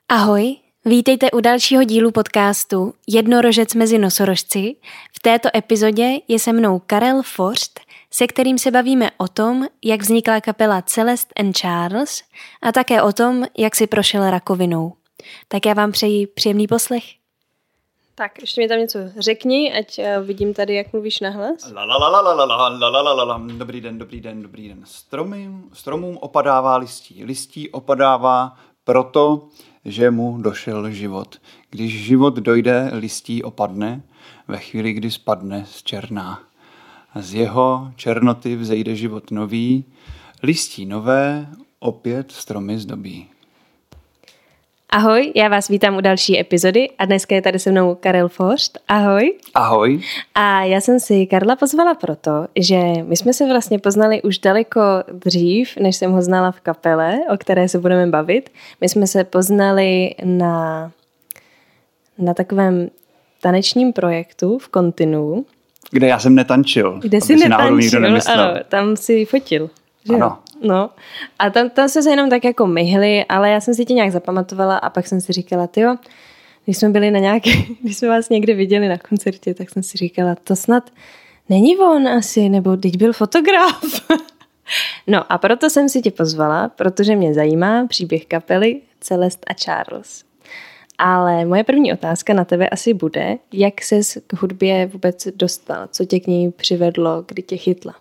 Ahoj, vítejte u dalšího dílu podcastu Jednorožec mezi nosorožci. V této epizodě je se mnou Karel Forst, se kterým se bavíme o tom, jak vznikla kapela Celeste and Charles a také o tom, jak si prošel rakovinou. Tak já vám přeji příjemný poslech. Tak, ještě mi tam něco řekni, ať vidím tady, jak mluvíš nahlas. Dobrý den. Stromům opadává listí. Listí opadává proto, že mu došel život. Když život dojde, listí opadne, ve chvíli, kdy spadne z černá. A z jeho černoty vzejde život nový, listí nové, opět stromy zdobí. Ahoj, já vás vítám u další epizody a dneska je tady se mnou Karel Forst. Ahoj. Ahoj. A já jsem si Karla pozvala proto, že my jsme se vlastně poznali už daleko dřív, než jsem ho znala v kapele, o které se budeme bavit. My jsme se poznali na takovém tanečním projektu v Continu. Kde já jsem netančil. Kde jsi netančil, ano, tam si fotil. Že? Ano. No a tam jsme se jenom tak jako myhli, ale já jsem si tě nějak zapamatovala a pak jsem si říkala, tyjo, když jsme vás někde viděli na koncertě, tak jsem si říkala, to snad není on asi, nebo teď byl fotograf. No a proto jsem si tě pozvala, protože mě zajímá příběh kapely Celeste a Charles. Ale moje první otázka na tebe asi bude, jak ses k hudbě vůbec dostal, co tě k ní přivedlo, kdy tě chytla?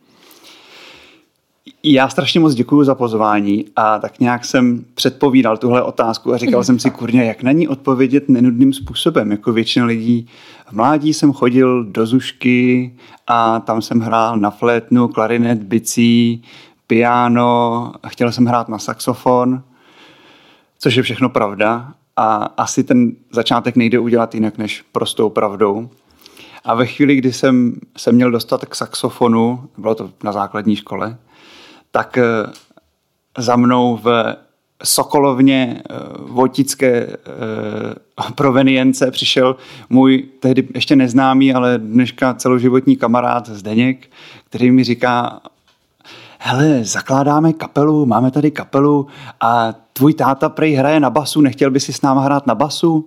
Já strašně moc děkuju za pozvání a tak nějak jsem předpovídal tuhle otázku a říkal jsem si, kurně, jak na ní odpovědět nenudným způsobem. Jako většina lidí v mládí jsem chodil do zušky a tam jsem hrál na flétnu, klarinet, bicí, piano a chtěl jsem hrát na saxofon, což je všechno pravda a asi ten začátek nejde udělat jinak než prostou pravdou. A ve chvíli, kdy jsem se měl dostat k saxofonu, bylo to na základní škole, tak za mnou v Sokolovně votické provenience přišel můj tehdy ještě neznámý, ale dneška celoživotní kamarád Zdeněk, který mi říká, hele, zakládáme kapelu, máme tady kapelu a tvůj táta prej hraje na basu, nechtěl by si s náma hrát na basu?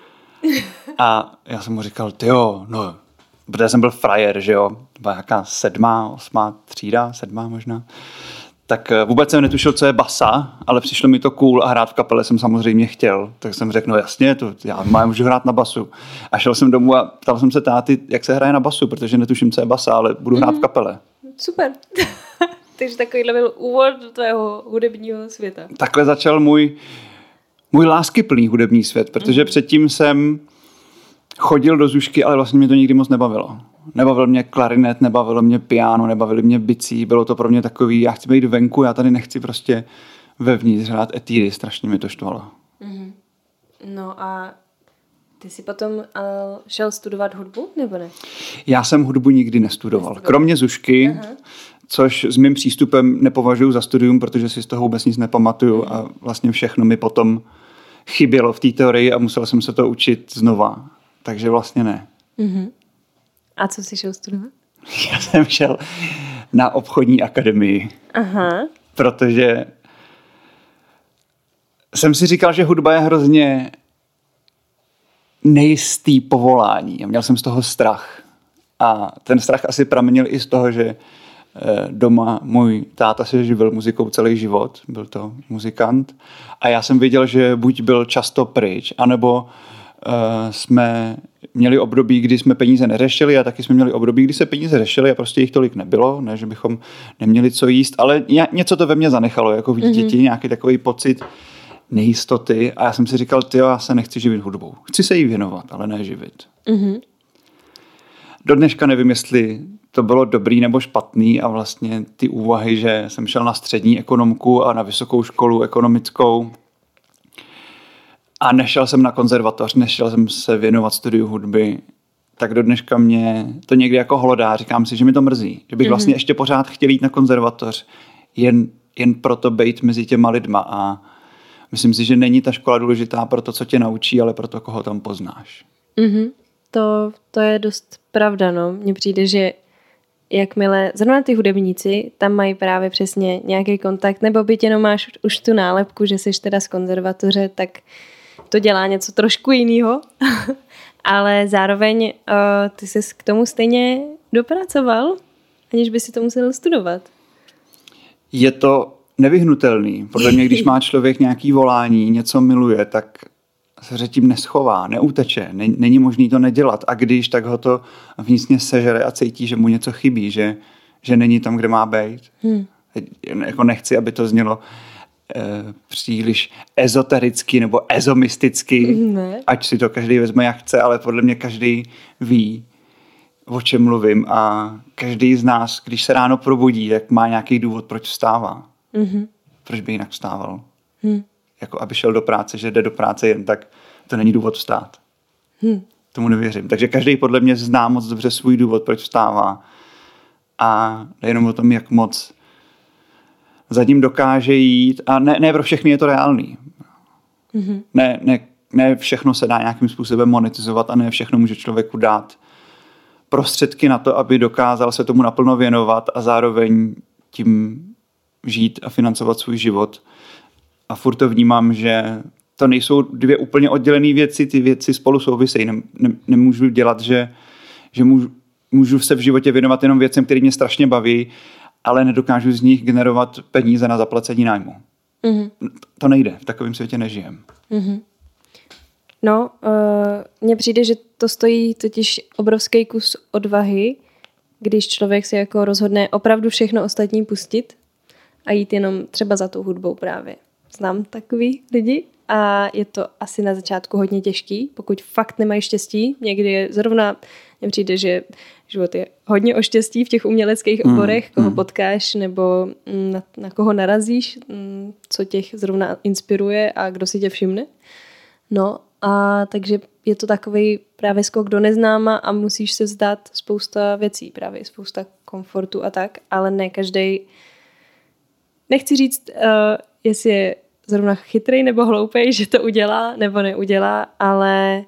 A já jsem mu říkal, tyjo, no, protože jsem byl frajer, že jo, byla nějaká 7., 8. třída, 7. možná. Tak vůbec jsem netušil, co je basa, ale přišlo mi to cool a hrát v kapele jsem samozřejmě chtěl. Tak jsem řekl, no jasně, to já můžu hrát na basu. A šel jsem domů a ptal jsem se táty, jak se hraje na basu, protože netuším, co je basa, ale budu hrát v kapele. Super. Takže takovýhle byl úvod do tvého hudebního světa. Takhle začal můj láskyplný hudební svět, protože předtím jsem chodil do zušky, ale vlastně mě to nikdy moc nebavilo. Nebavil mě klarinet, nebavilo mě piano, nebavili mě bicí, bylo to pro mě takový, já chci být venku, já tady nechci prostě vevnitř hrát etídy, strašně mi to štvalo. Mm-hmm. No a ty jsi potom šel studovat hudbu, nebo ne? Já jsem hudbu nikdy nestudoval. Kromě zušky, což s mým přístupem nepovažuji za studium, protože si z toho vůbec nic nepamatuju a vlastně všechno mi potom chybělo v té teorii a musel jsem se to učit znova. Takže vlastně ne. Mm-hmm. A co jsi šel studovat? Já jsem šel na obchodní akademii. Aha. Protože jsem si říkal, že hudba je hrozně nejistý povolání. A měl jsem z toho strach. A ten strach asi pramenil i z toho, že doma můj táta se živil muzikou celý život. Byl to muzikant. A já jsem věděl, že buď byl často pryč, anebo jsme měli období, kdy jsme peníze neřešili a taky jsme měli období, kdy se peníze řešili a prostě jich tolik nebylo, ne, že bychom neměli co jíst, ale něco to ve mně zanechalo, jako v dítěti, nějaký takový pocit nejistoty a já jsem si říkal, tyjo, já se nechci živit hudbou. Chci se jí věnovat, ale ne živit. Mm-hmm. Do dneška nevím, jestli to bylo dobrý nebo špatný a vlastně ty úvahy, že jsem šel na střední ekonomku a na vysokou školu ekonomickou, a nešel jsem na konzervatoř, nešel jsem se věnovat studiu hudby, tak do dneška mě to někdy jako hlodá. Říkám si, že mi to mrzí. Že bych vlastně ještě pořád chtěl jít na konzervatoř jen proto bejt mezi těma lidma. A myslím si, že není ta škola důležitá pro to, co tě naučí, ale pro to, koho tam poznáš. Mm-hmm. To je dost pravda, no. Mně přijde, že jakmile, zrovna ty hudebníci, tam mají právě přesně nějaký kontakt, nebo byť jenom máš už tu nálepku, že jsi teda z konzervatoře, tak to dělá něco trošku jiného. Ale zároveň ty jsi k tomu stejně dopracoval, aniž by si to musel studovat. Je to nevyhnutelný. Podle mě, když má člověk nějaký volání, něco miluje, tak se předtím neschová, neuteče. Není možný to nedělat. A když, tak ho to vnitřně sežere a cítí, že mu něco chybí, že není tam, kde má být. Jako nechci, aby to znělo příliš ezotericky nebo ezomisticky, ať si to každý vezme jak chce, ale podle mě každý ví, o čem mluvím, a každý z nás, když se ráno probudí, tak má nějaký důvod, proč vstává. Proč by jinak vstával? Jako aby šel do práce, že jde do práce jen tak, to není důvod vstát. Tomu nevěřím. Takže každý podle mě zná moc dobře svůj důvod, proč vstává. A nejenom o tom, jak moc za ním dokáže jít. A ne pro všechny je to reálný. Ne všechno se dá nějakým způsobem monetizovat a ne všechno může člověku dát prostředky na to, aby dokázal se tomu naplno věnovat a zároveň tím žít a financovat svůj život. A furt to vnímám, že to nejsou dvě úplně oddělené věci, ty věci spolu souvisejí. Nemůžu dělat, že můžu se v životě věnovat jenom věcem, které mě strašně baví, ale nedokážu z nich generovat peníze na zaplacení nájmu. To nejde, v takovém světě nežijem. No, mně přijde, že to stojí totiž obrovský kus odvahy, když člověk si jako rozhodne opravdu všechno ostatní pustit a jít jenom třeba za tou hudbou právě. Znám takový lidi a je to asi na začátku hodně těžký, pokud fakt nemají štěstí. Někdy je zrovna, mně přijde, že život je hodně o štěstí v těch uměleckých oborech, koho potkáš nebo na koho narazíš, co tě zrovna inspiruje a kdo si tě všimne. No a takže je to takový právě skok do neznáma a musíš se vzdát spousta věcí, právě spousta komfortu a tak, ale ne každej. Nechci říct, jestli je zrovna chytrý nebo hloupej, že to udělá nebo neudělá, ale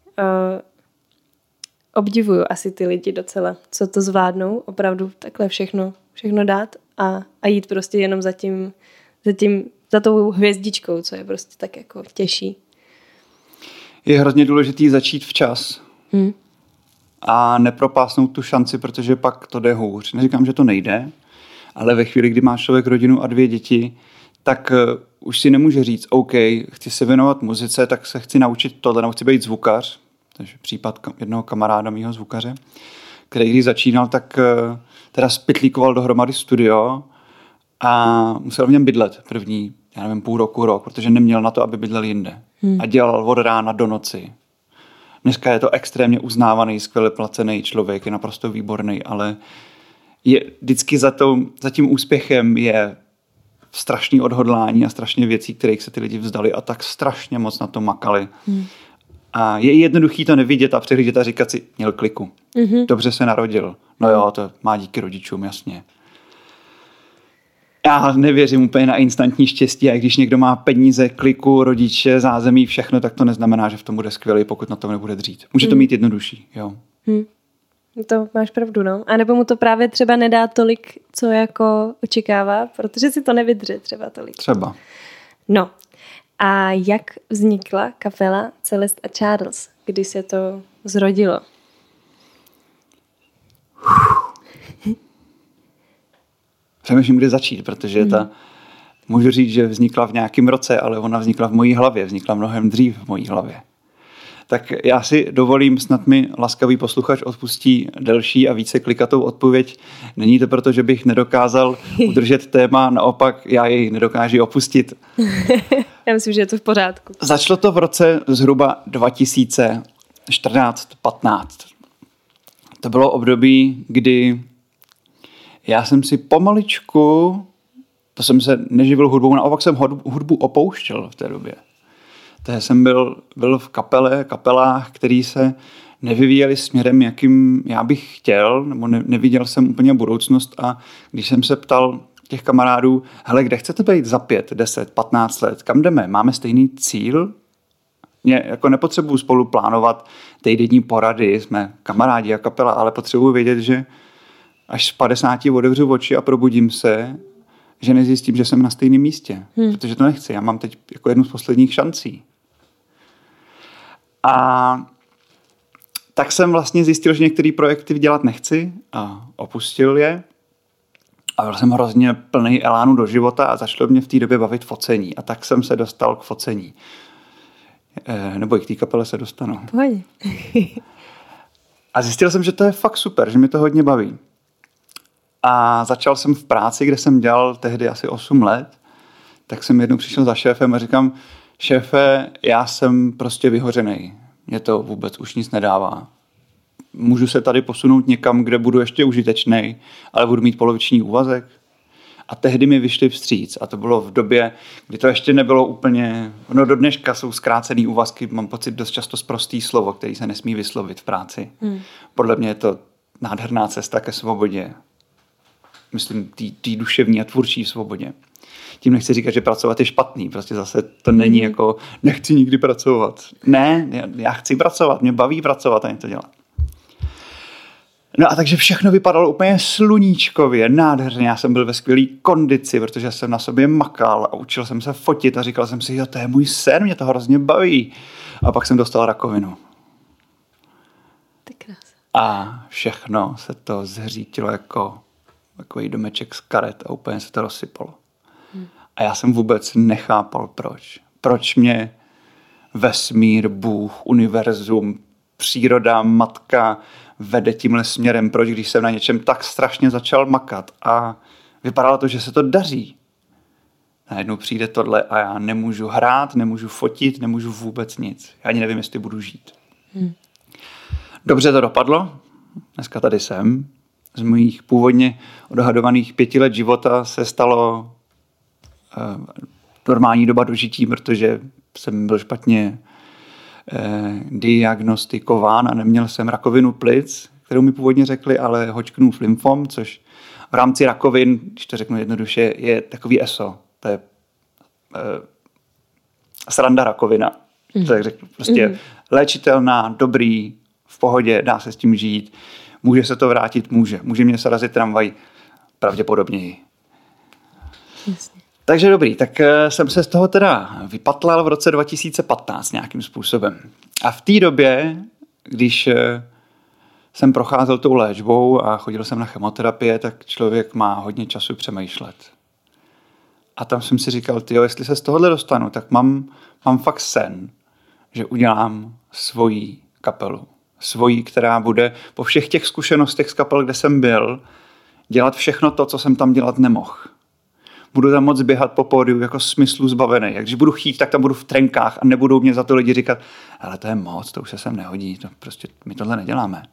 obdivuju asi ty lidi docela, co to zvládnou, opravdu takhle všechno dát a jít prostě jenom za tou hvězdičkou, co je prostě tak jako těžší. Je hrozně důležitý začít včas a nepropásnout tu šanci, protože pak to jde hůř. Neříkám, že to nejde, ale ve chvíli, kdy má člověk rodinu a 2 děti, tak už si nemůže říct, OK, chci se věnovat muzice, tak se chci naučit tohle, nebo chci být zvukař. Takže případ jednoho kamaráda mýho zvukaře, který když začínal, tak teda spitlíkoval dohromady studio a musel v něm bydlet první, já nevím, půl roku, rok, protože neměl na to, aby bydlel jinde. A dělal od rána do noci. Dneska je to extrémně uznávaný, skvěle placený člověk, je naprosto výborný, ale je vždycky za tím úspěchem je strašný odhodlání a strašně věcí, kterých se ty lidi vzdali a tak strašně moc na to makali. A je jednoduchý to nevidět a přehlížet a říkat si, měl kliku. Dobře se narodil. No jo, to má díky rodičům, jasně. Já nevěřím úplně na instantní štěstí a když někdo má peníze, kliku, rodiče, zázemí, všechno, tak to neznamená, že v tom bude skvělý, pokud na tom nebude dřít. Může to mít jednodušší, jo. To máš pravdu, no. A nebo mu to právě třeba nedá tolik, co jako očekává, protože si to nevydře třeba tolik. Třeba. No. A jak vznikla kapela Celeste a Charles, kdy se to zrodilo? Přemýšlím, kde začít, protože můžu říct, že vznikla v nějakém roce, ale ona vznikla v mojí hlavě, vznikla mnohem dřív v mojí hlavě. Tak já si dovolím, snad mi laskavý posluchač odpustí delší a více klikatou odpověď. Není to proto, že bych nedokázal udržet téma, naopak já jej nedokážu opustit. Já myslím, že je to v pořádku. Začalo to v roce zhruba 2014-15. To bylo období, kdy já jsem si pomaličku, to jsem se neživil hudbou, naopak jsem hudbu opouštěl v té době. Takže jsem byl v kapelách, které se nevyvíjely směrem, jakým já bych chtěl, nebo neviděl jsem úplně budoucnost a když jsem se ptal těch kamarádů, hele, kde chcete být za 5, 10, 15 let, kam jdeme, máme stejný cíl? Jako nepotřebuji spolu plánovat týdenní porady, jsme kamarádi a kapela, ale potřebuji vědět, že až z 50 otevřu oči a probudím se, že nezjistím, že jsem na stejném místě. Protože to nechci. Já mám teď jako jednu z posledních šancí. A tak jsem vlastně zjistil, že některé projekty dělat nechci a opustil je. A byl jsem hrozně plný elánu do života a začalo mě v té době bavit focení. A tak jsem se dostal k focení. Nebo i k té kapele se dostanu. Pojď. A zjistil jsem, že to je fakt super, že mi to hodně baví. A začal jsem v práci, kde jsem dělal tehdy asi 8 let. Tak jsem jednou přišel za šéfem a říkám, šéfe, já jsem prostě vyhořenej. Mně to vůbec už nic nedává. Můžu se tady posunout někam, kde budu ještě užitečnej, ale budu mít poloviční úvazek. A tehdy mi vyšli vstříc. A to bylo v době, kdy to ještě nebylo úplně... No do dneška jsou zkrácený úvazky, mám pocit dost často sprostý slovo, který se nesmí vyslovit v práci. Podle mě je to nádherná cesta ke svobodě. Myslím, té duševní a tvůrčí svobodě. Tím nechci říkat, že pracovat je špatný. Prostě zase to není jako, nechci nikdy pracovat. Ne, já chci pracovat, mě baví pracovat a něco dělat. No a takže všechno vypadalo úplně sluníčkově, nádherně. Já jsem byl ve skvělé kondici, protože jsem na sobě makal a učil jsem se fotit a říkal jsem si, jo, to je můj sen, mě to hrozně baví. A pak jsem dostal rakovinu. Tak krásně. A všechno se to zhřítilo jako takový domeček z karet a úplně se to rozsypalo. A já jsem vůbec nechápal, proč. Proč mě vesmír, Bůh, univerzum, příroda, matka vede tímhle směrem, proč, když jsem na něčem tak strašně začal makat a vypadalo to, že se to daří. Najednou přijde tohle a já nemůžu hrát, nemůžu fotit, nemůžu vůbec nic. Já ani nevím, jestli budu žít. Dobře to dopadlo. Dneska tady jsem. Z mých původně odhadovaných 5 let života se stalo normální doba dožití, protože jsem byl špatně diagnostikován a neměl jsem rakovinu plic, kterou mi původně řekli, ale Hodgkinův lymfom, což v rámci rakovin, když to řeknu jednoduše, je takový ESO. To je sranda rakovina. Tak řeknu, prostě léčitelná, dobrý, v pohodě, dá se s tím žít. Může se to vrátit? Může. Může mě zarazit tramvaj? Pravděpodobněji. Jasně. Takže dobrý, tak jsem se z toho teda vypatlal v roce 2015 nějakým způsobem. A v té době, když jsem procházel tou léčbou a chodil jsem na chemoterapie, tak člověk má hodně času přemýšlet. A tam jsem si říkal, tyjo, jestli se z tohohle dostanu, tak mám fakt sen, že udělám svoji kapelu. Svoji, která bude po všech těch zkušenostech z kapel, kde jsem byl, dělat všechno to, co jsem tam dělat nemohl. Budu tam moc běhat po pódiu jako smyslu zbavený. Jak když budu chtít, tak tam budu v trenkách a nebudou mě za to lidi říkat, ale to je moc, to už se sem nehodí, to prostě my tohle neděláme.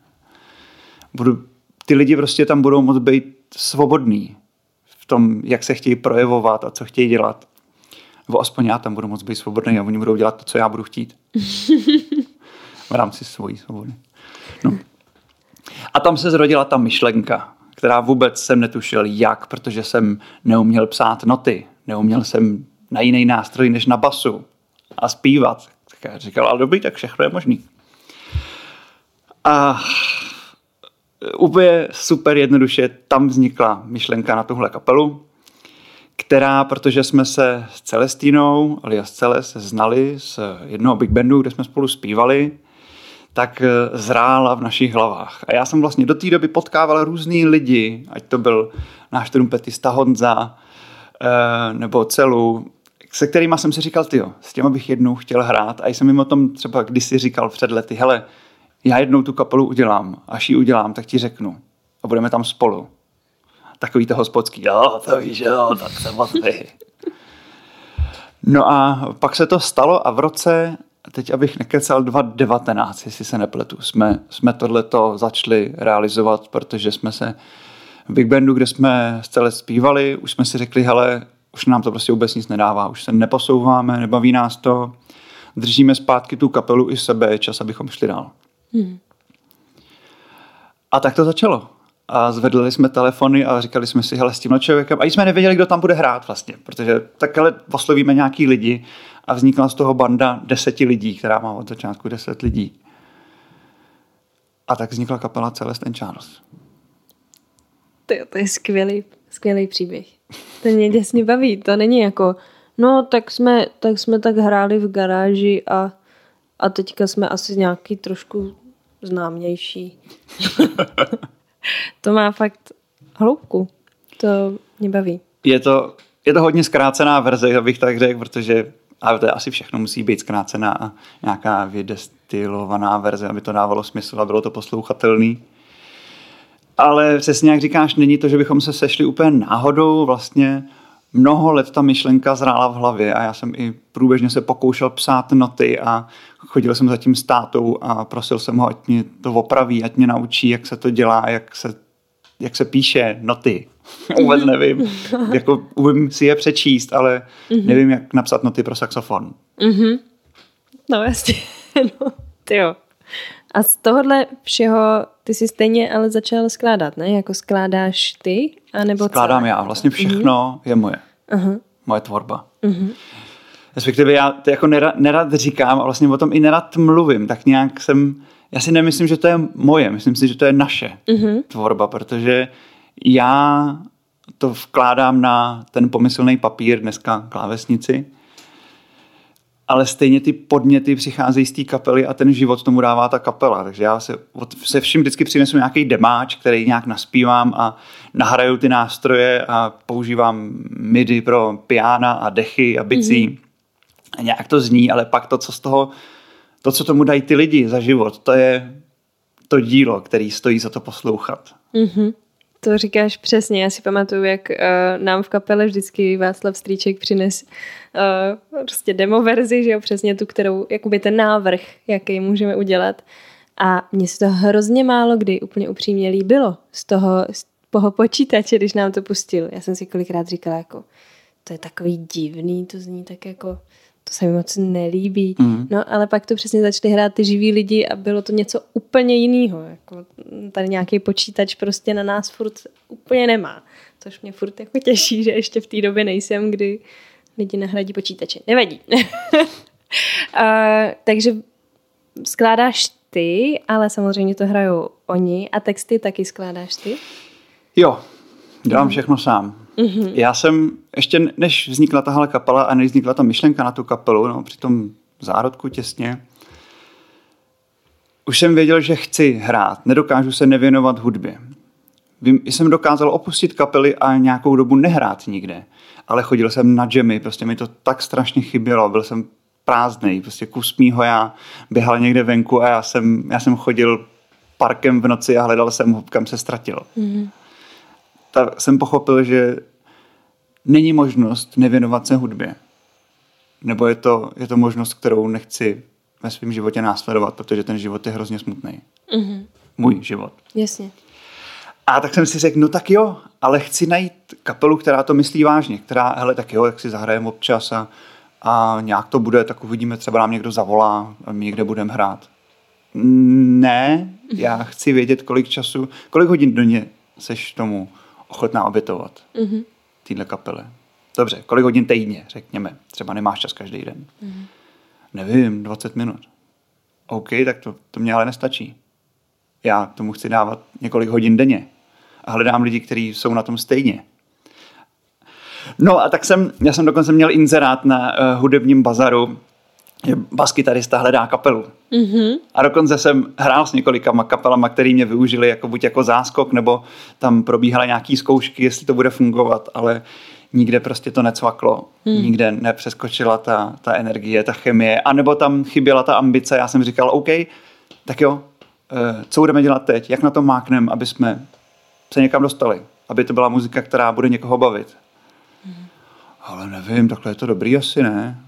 Ty lidi prostě tam budou moc být svobodný v tom, jak se chtějí projevovat a co chtějí dělat. Nebo aspoň já tam budu moc být svobodný a oni budou dělat to, co já budu chtít. V rámci svojí svobody. No. A tam se zrodila ta myšlenka, která vůbec jsem netušil jak, protože jsem neuměl psát noty, neuměl jsem na jiný nástroj než na basu a zpívat. Tak já říkal, ale dobrý, tak všechno je možný. A úplně super jednoduše tam vznikla myšlenka na tuhle kapelu, která, protože jsme se s Celestínou, alias Celes, znali z jednoho big bandu, kde jsme spolu zpívali, tak zrála v našich hlavách. A já jsem vlastně do té doby potkával různý lidi, ať to byl náš trumpetista Honza, nebo Celu, se kterýma jsem si říkal, tyjo, s těma bych jednou chtěl hrát. A jsem jim o tom třeba kdysi říkal před lety, hele, já jednou tu kapelu udělám, až ji udělám, tak ti řeknu. A budeme tam spolu. Takový to hospodský, jo, to víš, jo, tak se ozvi. No a pak se to stalo a v roce, teď abych nekecal, 2019, jestli se nepletu, jsme tohleto začali realizovat, protože jsme se v Big Bandu, kde jsme celé zpívali, už jsme si řekli, hele, už nám to prostě vůbec nic nedává, už se neposouváme, nebaví nás to, držíme zpátky tu kapelu i sebe, je čas, abychom šli dál. A tak to začalo. A zvedli jsme telefony a říkali jsme si, hele, s tímhle člověkem, a jsme nevěděli, kdo tam bude hrát vlastně, protože takhle oslovíme nějaký lidi a vznikla z toho banda 10 lidí, která má od začátku 10 lidí. A tak vznikla kapela Celeste & Charles. To je skvělý příběh. To mě děsně baví. To není jako, no tak jsme tak hráli v garáži a teďka jsme asi nějaký trošku známější. To má fakt hloubku. To mě baví. Je to hodně zkrácená verze, abych tak řekl, protože ale to je asi všechno musí být zkrácená a nějaká vydestilovaná verze, aby to dávalo smysl a bylo to poslouchatelný. Ale přesně jak říkáš, není to, že bychom se sešli úplně náhodou, vlastně mnoho let ta myšlenka zrála v hlavě a já jsem i průběžně se pokoušel psát noty a chodil jsem za tím s tátou a prosil jsem ho, ať mě to opraví, ať mě naučí, jak se to dělá, jak se píše noty. Vůbec nevím. Jako umím si je přečíst, ale nevím, jak napsat noty pro saxofon. No jasně. No, tyjo. A z tohohle všeho ty si stejně ale začal skládat, ne? Jako skládáš ty? Anebo skládám já. Vlastně všechno je moje. Moje tvorba. Respektive já to jako nerad říkám a vlastně o tom i nerad mluvím. Tak nějak já si nemyslím, že to je moje. Myslím si, že to je naše tvorba, protože já to vkládám na ten pomyslný papír, dneska klávesnici, ale stejně ty podněty přicházejí z té kapely a ten život tomu dává ta kapela. Takže já se vším vždycky přinesu nějaký demáč, který nějak naspívám a nahraju ty nástroje a používám MIDI pro piana a dechy a bicí. A nějak to zní, ale pak to, co tomu dají ty lidi za život, to je to dílo, který stojí za to poslouchat. To říkáš přesně. Já si pamatuju, jak nám v kapele vždycky Václav Strýček přines prostě demo verzi, že jo, přesně tu, kterou, jakoby ten návrh, jaký můžeme udělat. A mně se to hrozně málo kdy úplně upřímně líbilo z toho počítače, když nám to pustil. Já jsem si kolikrát říkala, jako, to je takový divný, to zní tak jako, to se mi moc nelíbí. No, ale pak to přesně začali hrát ty živí lidi a bylo to něco úplně jiného. Jako, tady nějaký počítač prostě na nás furt úplně nemá. Což mě furt jako těší, že ještě v té době nejsem, kdy lidi nahradí počítače. Nevadí. Takže skládáš ty, ale samozřejmě to hrajou oni a texty taky skládáš ty? Jo, dělám všechno sám. Já jsem, ještě než vznikla tahle kapela a než vznikla ta myšlenka na tu kapelu, no, při tom zárodku těsně, už jsem věděl, že chci hrát. Nedokážu se nevěnovat hudbě. Jsem dokázal opustit kapely a nějakou dobu nehrát nikde. Ale chodil jsem na jammy, prostě mi to tak strašně chybělo. Byl jsem prázdnej, prostě kus mýho já běhal někde venku a já jsem chodil parkem v noci a hledal jsem ho, kam se ztratil. Tak jsem pochopil, že není možnost nevěnovat se hudbě. Nebo je to možnost, kterou nechci ve svém životě následovat, protože ten život je hrozně smutný. Můj život. Jasně. A tak jsem si řekl, no tak jo, ale chci najít kapelu, která to myslí vážně, která, hele, tak jo, jak si zahrajeme občas a nějak to bude, tak uvidíme, třeba nám někdo zavolá a my někde budeme hrát. Ne, já chci vědět, kolik hodin denně seš tomu ochotná obětovat. Týhle kapele. Dobře, kolik hodin týdně, řekněme. Třeba nemáš čas každý den. Nevím, 20 minut. OK, tak to mě ale nestačí. Já tomu chci dávat několik hodin denně. A hledám lidi, kteří jsou na tom stejně. No a tak já jsem dokonce měl inzerát na hudebním bazaru, že baskytarista hledá kapelu. A dokonce jsem hrál s několika kapelama, který mě využili jako buď jako záskok, nebo tam probíhaly nějaký zkoušky, jestli to bude fungovat, ale nikde prostě to necvaklo. Nikde nepřeskočila ta energie, ta chemie, anebo tam chyběla ta ambice. Já jsem říkal, OK, tak jo, co budeme dělat teď? Jak na to mákneme, aby jsme se někam dostali? Aby to byla muzika, která bude někoho bavit. Ale nevím, takhle je to dobrý asi, ne?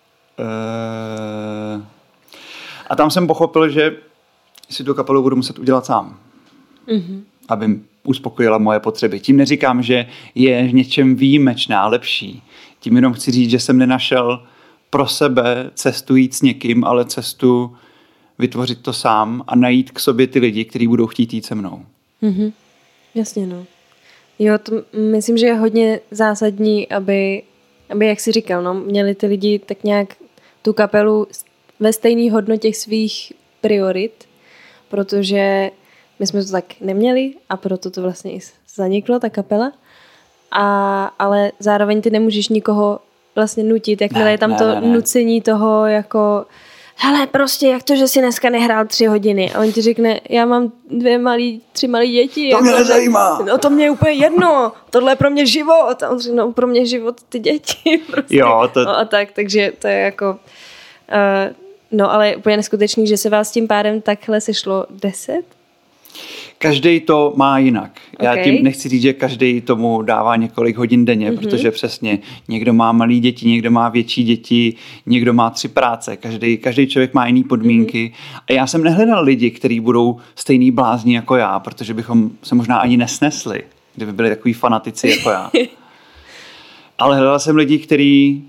A tam jsem pochopil, že si tu kapelu budu muset udělat sám. Aby uspokojila moje potřeby. Tím neříkám, že je v něčem výjimečná, lepší. Tím jenom chci říct, že jsem nenašel pro sebe cestu jít s někým, ale cestu vytvořit to sám a najít k sobě ty lidi, kteří budou chtít jít se mnou. Jasně, no. Jo, to myslím, že je hodně zásadní, aby jak jsi říkal, no, měli ty lidi tak nějak tu kapelu ve stejné hodnotě svých priorit, protože my jsme to tak neměli a proto to vlastně i zaniklo, ta kapela. Ale zároveň ty nemůžeš nikoho vlastně nutit, jakmile je tam nucení toho jako hele, prostě jak to, že si dneska nehrál 3 hodiny a on ti řekne, já mám 3 malý děti. To mě nezajímá. No to mě je úplně jedno, tohle je pro mě život. A on řekne, no pro mě život ty děti. Prostě. Jo, to... No a tak, takže to je jako, no ale úplně neskutečný, že se vás tím pádem takhle sešlo 10? Každý to má jinak. Okay. Já tím nechci říct, že každý tomu dává několik hodin denně, protože přesně někdo má malý děti, někdo má větší děti, někdo má 3 práce. Každý člověk má jiný podmínky. A já jsem nehledal lidi, kteří budou stejný blázni jako já, protože bychom se možná ani nesnesli, kdyby byli takový fanatici jako já. Ale hledal jsem lidi, kteří...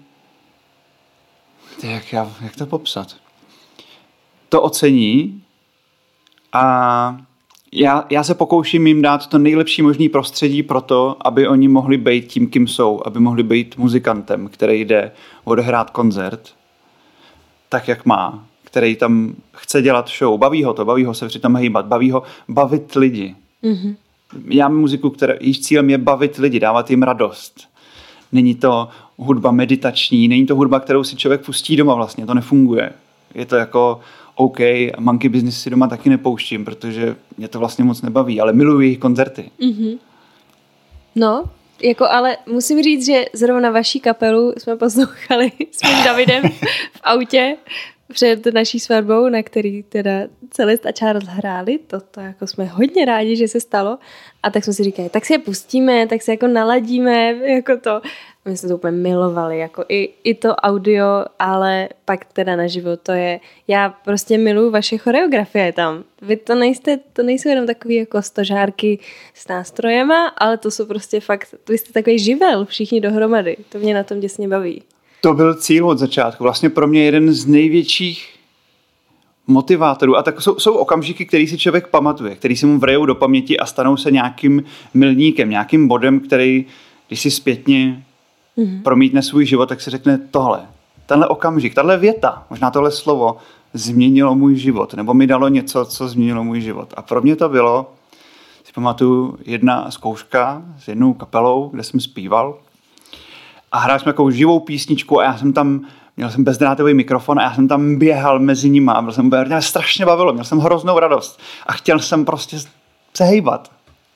Jak to popsat? To ocení a... Já se pokouším jim dát to nejlepší možné prostředí pro to, aby oni mohli být tím, kým jsou, aby mohli být muzikantem, který jde odehrát koncert tak, jak má, který tam chce dělat show, baví ho se přitom hýbat, baví ho bavit lidi. Mm-hmm. Já mám muziku, jejíž cílem je bavit lidi, dávat jim radost. Není to hudba meditační, není to hudba, kterou si člověk pustí doma vlastně, to nefunguje. Je to jako OK, Monkey Business si doma taky nepouštím, protože mě to vlastně moc nebaví, ale miluji jejich koncerty. Mm-hmm. No, jako ale musím říct, že zrovna vaší kapelu jsme poslouchali s mým Davidem v autě před naší svatbou, na který teda Celest a Charles hráli, to jako jsme hodně rádi, že se stalo a tak jsme si říkali, tak si je pustíme, tak se jako naladíme, jako to. My jsme to úplně milovali, jako i to audio, ale pak teda naživo, to je, já prostě miluji vaše choreografie tam. Vy to nejsou jenom takový jako stožárky s nástrojema, ale to jsou prostě fakt, vy jste takový živel, všichni dohromady. To mě na tom děsně baví. To byl cíl od začátku. Vlastně pro mě jeden z největších motivátorů. A tak jsou okamžiky, který si člověk pamatuje, který si mu vrejou do paměti a stanou se nějakým milníkem, nějakým bodem, který, když si zpětně promítne svůj život, tak si řekne tenhle okamžik, tahle věta, možná tohle slovo změnilo můj život, nebo mi dalo něco, co změnilo můj život. A pro mě to bylo, si pamatuju, jedna zkouška s jednou kapelou, kde jsem zpíval a hrál jsme takovou živou písničku a měl jsem bezdrátový mikrofon a já jsem tam běhal mezi nima a mě strašně bavilo, měl jsem hroznou radost a chtěl jsem prostě se hejbat.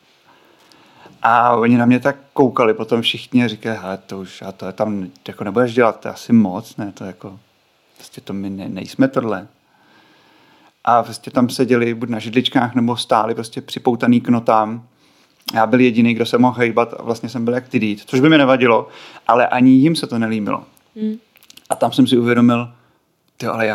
A oni na mě tak koukali potom všichni a říkali, hele, to tam jako nebudeš dělat, to je asi moc, ne, to jako, prostě to my nejsme tohle. A prostě tam seděli buď na židličkách nebo stáli prostě připoutaný k notám. Já byl jediný, kdo se mohl hejbat a vlastně jsem byl jak ty, což by mi nevadilo, ale ani jim se to nelíbilo. A tam jsem si uvědomil, ale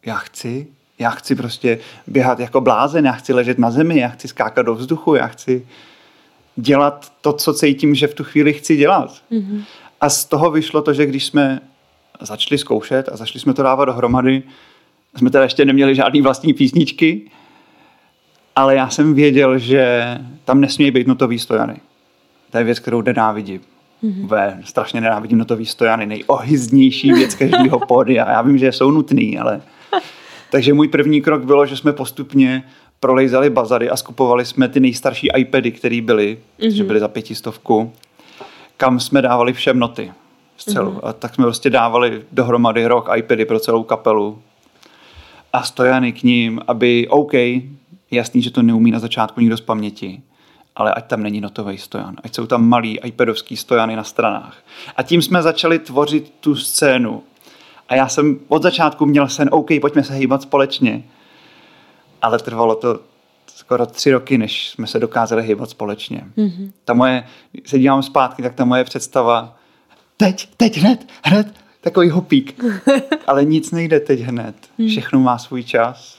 já chci prostě běhat jako blázen, já chci ležet na zemi, já chci skákat do vzduchu, já chci dělat to, co cítím, že v tu chvíli chci dělat. Mm-hmm. A z toho vyšlo to, že když jsme začali zkoušet a začali jsme to dávat dohromady, jsme teda ještě neměli žádný vlastní písničky, ale já jsem věděl, že tam nesmějí být notový stojany. To je věc, kterou nenávidím. Mm-hmm. Strašně nenávidím notový stojany, nejohyznější věc každého pódia. Já vím, že jsou nutný, ale... Takže můj první krok bylo, že jsme postupně prolejzali bazary a skupovali jsme ty nejstarší iPady, které byly, že byly za 500, kam jsme dávali všem noty z celou. A tak jsme prostě dávali dohromady rock iPady pro celou kapelu a stojany k ním, aby jasný, že to neumí na začátku nikdo z paměti, ale ať tam není notový stojan, ať jsou tam malý iPadovský stojany na stranách. A tím jsme začali tvořit tu scénu. A já jsem od začátku měl sen, pojďme se hýbat společně. Ale trvalo to skoro 3 roky, než jsme se dokázali hýbat společně. Mm-hmm. Se dívám zpátky, tak ta moje představa, teď hned, takový hopík. Ale nic nejde teď hned. Všechno má svůj čas.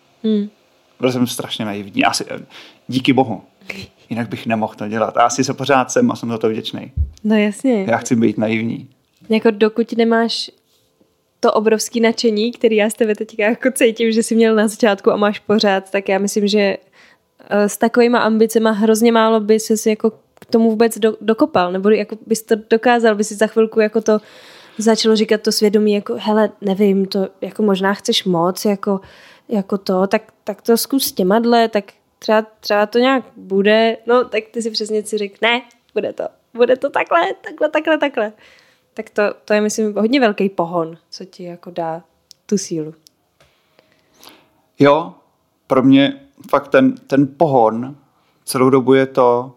Byl jsem strašně naivní. Díky bohu. Jinak bych nemohl to dělat. A asi se pořád jsem a jsem za to vděčný. No jasně. Já chci být naivní. Jako dokud nemáš to obrovský nadšení, který já z tebe teďka jako cítím, že jsi měl na začátku a máš pořád, tak já myslím, že s takovýma ambicema hrozně málo by ses jako k tomu vůbec dokopal, nebo jako bys to dokázal, by si za chvilku jako to začalo říkat to svědomí, jako hele, nevím, to jako možná chceš moc, jako to, tak to zkus těmadle, tak třeba to nějak bude, no tak ty si přesně si řekl, ne, bude to takhle. Tak to je, myslím, hodně velký pohon, co ti jako dá tu sílu. Jo, pro mě fakt ten pohon celou dobu je to,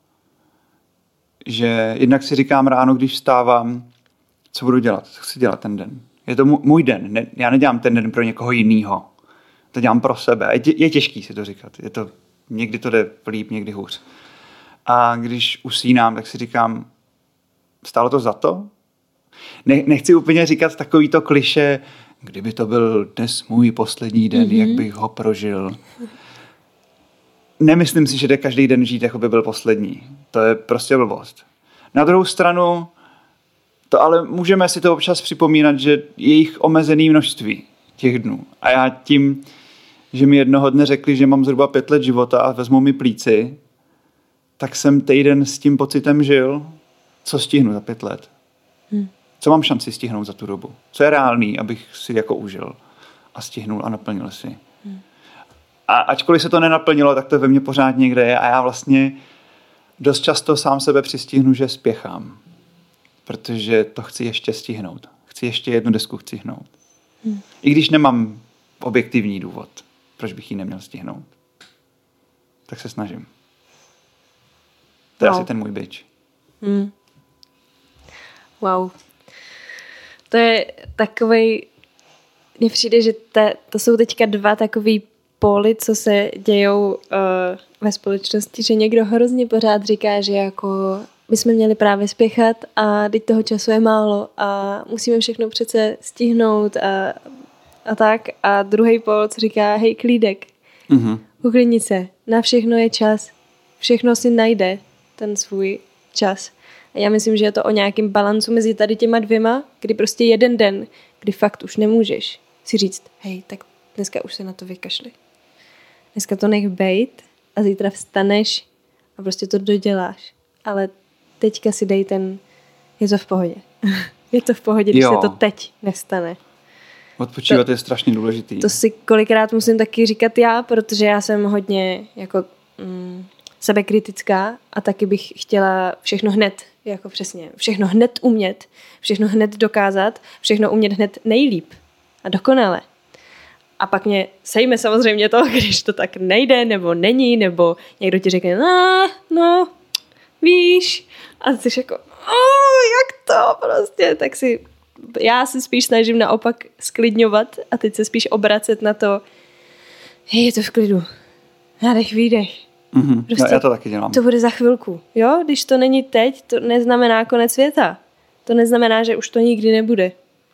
že jednak si říkám ráno, když vstávám, co budu dělat, co chci dělat ten den. Je to můj den, já nedělám ten den pro někoho jinýho. To dělám pro sebe. Je těžký si to říkat. Někdy to jde líp, někdy hůř. A když usínám, tak si říkám, stálo to za to? Nechci úplně říkat takový to klišé, kdyby to byl dnes můj poslední den, jak bych ho prožil. Nemyslím si, že jde každý den žít, jako by byl poslední. To je prostě blbost. Na druhou stranu, to ale můžeme si to občas připomínat, že je jich omezený množství těch dnů. A já tím, že mi jednoho dne řekli, že mám zhruba 5 let života a vezmou mi plíci, tak jsem týden s tím pocitem žil, co stihnu za 5 let. Co mám šanci stihnout za tu dobu? Co je reálný, abych si jako užil a stihnul a naplnil si. A ačkoliv se to nenaplnilo, tak to ve mně pořád někde je a já vlastně dost často sám sebe přistihnu, že spěchám. Protože to chci ještě stihnout. Chci ještě jednu desku stihnout. I když nemám objektivní důvod, proč bych ji neměl stihnout. Tak se snažím. To je asi ten můj bič. Wow. To je takovej, mně přijde, že to jsou teďka 2 takový póly, co se dějou ve společnosti, že někdo hrozně pořád říká, že jako my jsme měli právě spěchat a teď toho času je málo a musíme všechno přece stihnout a tak. A druhý pól, co říká, hej, klídek, uklidni se, na všechno je čas, všechno si najde ten svůj čas. A já myslím, že je to o nějakém balancu mezi tady těma 2, kdy prostě jeden den, kdy fakt už nemůžeš si říct, hej, tak dneska už se na to vykašli. Dneska to nech bejt a zítra vstaneš a prostě to doděláš. Ale teďka si dej je to v pohodě. Je to v pohodě, když se to teď nestane. Odpočívat je strašně důležitý. To si kolikrát musím taky říkat já, protože já jsem hodně jako sebekritická a taky bych chtěla všechno hned, jako přesně, všechno hned umět, všechno hned dokázat, všechno umět hned nejlíp a dokonale. A pak mě sejme samozřejmě to, když to tak nejde, nebo není, nebo někdo ti řekne, no, víš, a ty jsi jako, jak to prostě, tak já si spíš snažím naopak sklidňovat a teď se spíš obracet na to, je to v klidu, nádech, výdech. Prostě no, já to taky dělám. To bude za chvilku, jo, když to není teď, to neznamená konec světa, to neznamená, že už to nikdy nebude.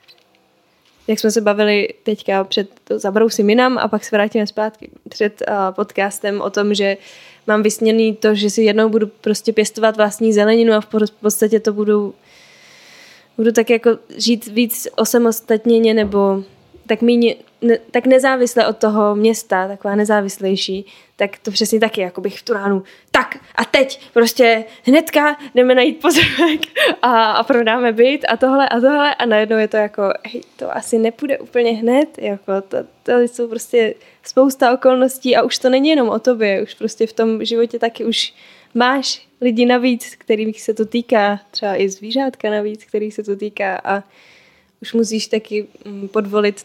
Jak jsme se bavili teďka zabrousím jinam a pak se vrátíme zpátky před podcastem o tom, že mám vysněný to, že si jednou budu prostě pěstovat vlastní zeleninu a v podstatě to budu tak jako žít víc osamostatněně nebo tak nezávisle od toho města, taková nezávislejší, tak to přesně taky, jako bych v tu ránu, tak a teď prostě hnedka jdeme najít pozemek a prodáme byt a tohle a najednou je to jako, hej, to asi nepůjde úplně hned, jako to jsou prostě spousta okolností a už to není jenom o tobě, už prostě v tom životě taky už máš lidi navíc, kterých se to týká, třeba i zvířátka navíc, kterých se to týká a už musíš taky podvolit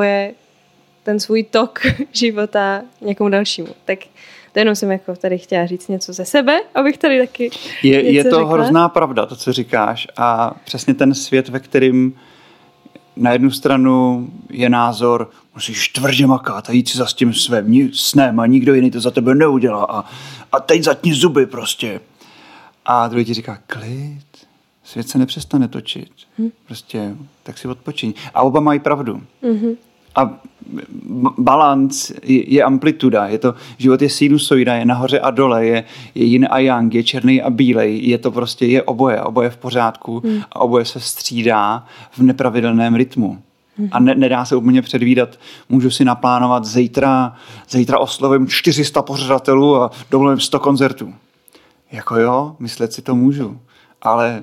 ten svůj tok života někomu dalšímu. Tak to jenom jsem jako tady chtěla říct něco ze sebe, abych tady taky je to řekla. Hrozná pravda, to, co říkáš a přesně ten svět, ve kterým na jednu stranu je názor, musíš tvrdě makat a jít si za tím svým snem a nikdo jiný to za tebe neudělá a teď zatni zuby prostě. A druhý ti říká, klid, svět se nepřestane točit. Prostě tak si odpočiň. A oba mají pravdu. A balanc je amplituda. Život je sinusoida, je nahoře a dole, je yin a yang, je černý a bílej. Je to prostě, je oboje v pořádku a oboje se střídá v nepravidelném rytmu. A nedá se úplně předvídat. Můžu si naplánovat zítra oslovím 400 pořadatelů a domluvím 100 koncertů. Jako jo, myslet si to můžu. Ale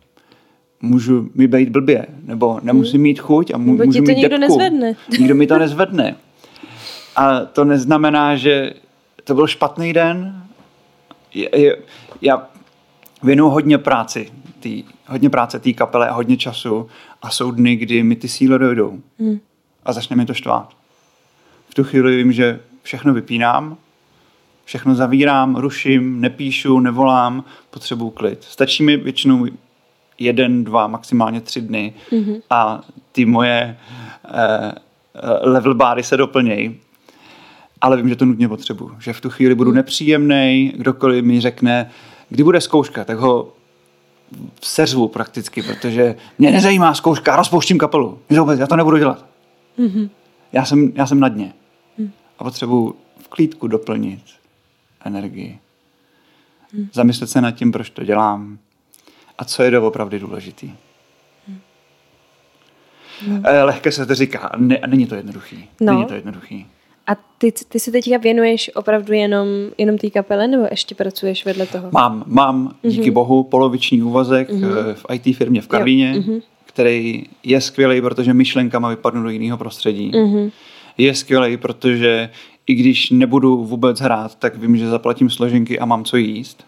můžu mi být blbě, nebo nemusím mít chuť a můžu mít nikdo nezvedne. Nikdo mi to nezvedne. A to neznamená, že to byl špatný den. Já věnuju hodně práce té kapele a hodně času a jsou dny, kdy mi ty síly dojdou a začne mi to štvát. V tu chvíli vím, že všechno vypínám, všechno zavírám, ruším, nepíšu, nevolám, potřebuju klid. Stačí mi většinou 1, 2, maximálně 3 dny a ty moje level bary se doplnějí. Ale vím, že to nutně potřebuju. Že v tu chvíli budu nepříjemnej, kdokoliv mi řekne, kdy bude zkouška, tak ho seřvu prakticky, protože mě nezajímá zkouška, rozpouštím kapelu. Já to nebudu dělat. Já jsem na dně. A potřebuju v klídku doplnit energii. Zamyslet se nad tím, proč to dělám a co je doopravdy důležitý. Lehké se to říká, není to jednoduchý. Není to jednoduchý. A ty se teďka věnuješ opravdu jenom té kapele, nebo ještě pracuješ vedle toho? Mám díky bohu poloviční úvazek v IT firmě v Karlíně, který je skvělý, protože myšlenkama vypadnu do jiného prostředí. Je skvělý, protože i když nebudu vůbec hrát, tak vím, že zaplatím složenky a mám co jíst.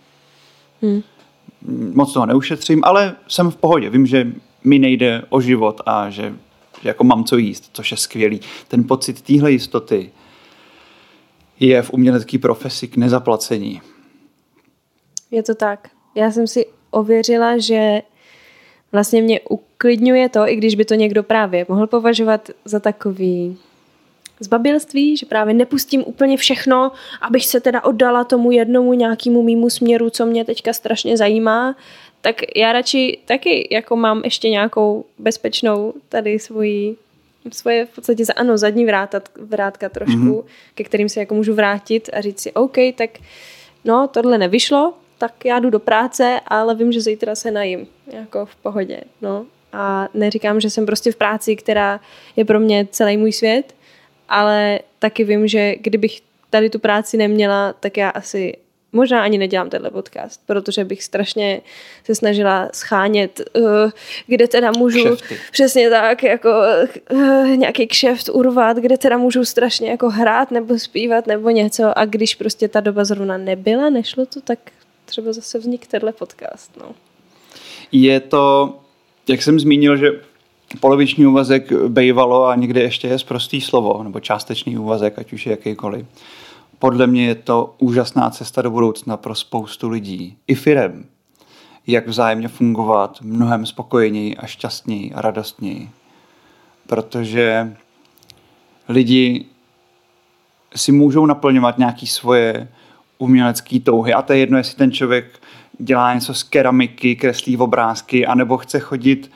Moc toho neušetřím, ale jsem v pohodě. Vím, že mi nejde o život a že jako mám co jíst, což je skvělý. Ten pocit téhle jistoty je v umělecké profesi k nezaplacení. Je to tak. Já jsem si ověřila, že vlastně mě uklidňuje to, i když by to někdo právě mohl považovat za takový zbabilství, že právě nepustím úplně všechno, abych se teda oddala tomu jednomu nějakému mýmu směru, co mě teďka strašně zajímá, tak já radši taky jako mám ještě nějakou bezpečnou tady svoje v podstatě zadní vrátka trošku, ke kterým se jako můžu vrátit a říct si, OK, tak no, tohle nevyšlo, tak já jdu do práce, ale vím, že zítra se najím, jako v pohodě, no. A neříkám, že jsem prostě v práci, která je pro mě celý můj svět, ale taky vím, že kdybych tady tu práci neměla, tak já asi možná ani nedělám tenhle podcast, protože bych strašně se snažila schánět, kde teda můžu kšefty. Přesně tak, jako nějaký kšeft urvat, kde teda můžu strašně jako hrát nebo zpívat nebo něco a když prostě ta doba zrovna nebyla, nešlo to, tak třeba zase vznikl tenhle podcast. No. Je to, jak jsem zmínil, že poloviční úvazek bejvalo a někde ještě je sprostý slovo, nebo částečný úvazek, ať už je jakýkoliv. Podle mě je to úžasná cesta do budoucna pro spoustu lidí, i firem, jak vzájemně fungovat mnohem spokojeněji a šťastněji a radostněji. Protože lidi si můžou naplňovat nějaké svoje umělecké touhy a to je jedno, jestli ten člověk dělá něco z keramiky, kreslí obrázky, anebo chce chodit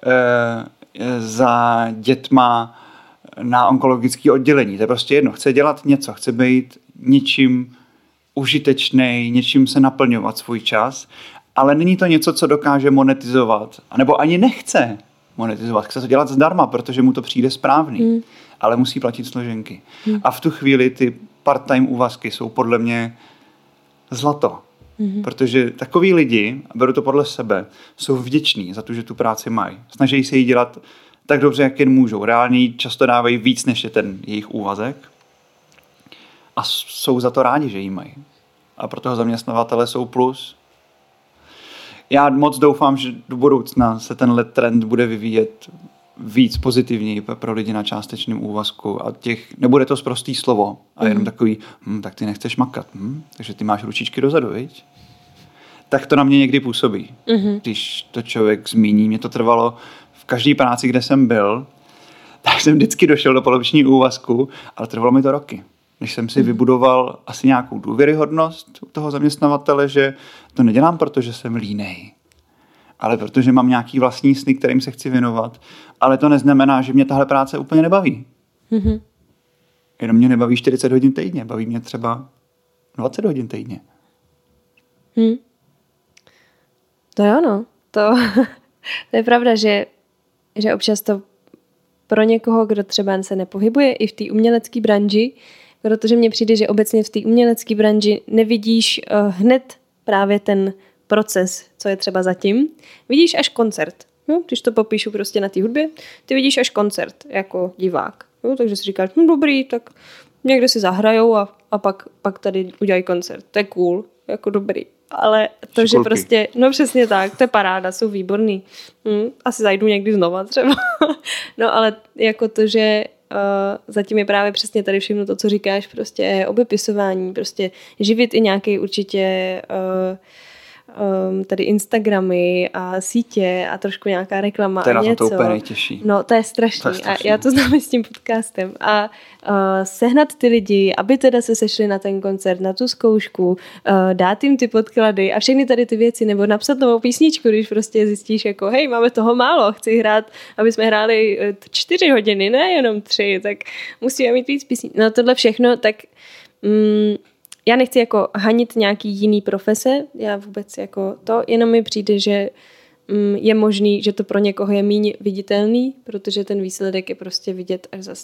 za dětma na onkologické oddělení. To je prostě jedno. Chce dělat něco, chce být něčím užitečnej, něčím se naplňovat svůj čas, ale není to něco, co dokáže monetizovat, anebo ani nechce monetizovat. Chce to dělat zdarma, protože mu to přijde správný, ale musí platit složenky. A v tu chvíli ty part-time úvazky jsou podle mě zlato. Protože takový lidi, a beru to podle sebe, jsou vděční za to, že tu práci mají. Snaží se ji dělat tak dobře, jak jen můžou. Reálně často dávají víc, než je ten jejich úvazek. A jsou za to rádi, že ji mají. A pro toho zaměstnavatele jsou plus. Já moc doufám, že do budoucna se tenhle trend bude vyvíjet víc pozitivněji pro lidi na částečném úvazku. A nebude to sprostý slovo. A jenom takový, tak ty nechceš makat. Takže ty máš ručičky dozadu, viď? Tak to na mě někdy působí. Když to člověk zmíní, mě to trvalo v každé práci, kde jsem byl, tak jsem vždycky došel do poloviční úvazku, ale trvalo mi to roky. Než jsem si vybudoval asi nějakou důvěryhodnost u toho zaměstnavatele, že to nedělám, protože jsem línej, ale protože mám nějaký vlastní sny, kterým se chci věnovat. Ale to neznamená, že mě tahle práce úplně nebaví. Jenom mě nebaví 40 hodin týdně, baví mě třeba 20 hodin týdně. To jo, no. To je pravda, že občas to pro někoho, kdo třeba se nepohybuje i v té umělecké branži, protože mně přijde, že obecně v té umělecké branži nevidíš hned právě ten proces, co je třeba zatím. Vidíš až koncert. No, když to popíšu prostě na té hudbě, ty vidíš až koncert jako divák. No, takže si říkáš, dobrý, tak někde si zahrajou a pak tady udělají koncert. To je cool, jako dobrý. Ale to, že prostě, no přesně tak, to je paráda, jsou výborný. Asi zajdu někdy znova třeba. No ale jako to, že zatím je právě přesně tady všechno to, co říkáš, prostě obepisování, prostě živit i nějaký určitě tady Instagramy a sítě a trošku nějaká reklama a něco. To úplně nejtěžší. No, to je strašný. A já to znám s tím podcastem. A sehnat ty lidi, aby teda se sešli na ten koncert, na tu zkoušku, dát jim ty podklady a všechny tady ty věci, nebo napsat novou písničku, když prostě zjistíš jako, hej, máme toho málo, chci hrát, aby jsme hráli 4 hodiny, ne jenom 3, tak musíme mít víc písní. No tohle všechno, tak já nechci jako hanit nějaký jiný profese, já vůbec jako to, jenom mi přijde, že je možný, že to pro někoho je míň viditelný, protože ten výsledek je prostě vidět až za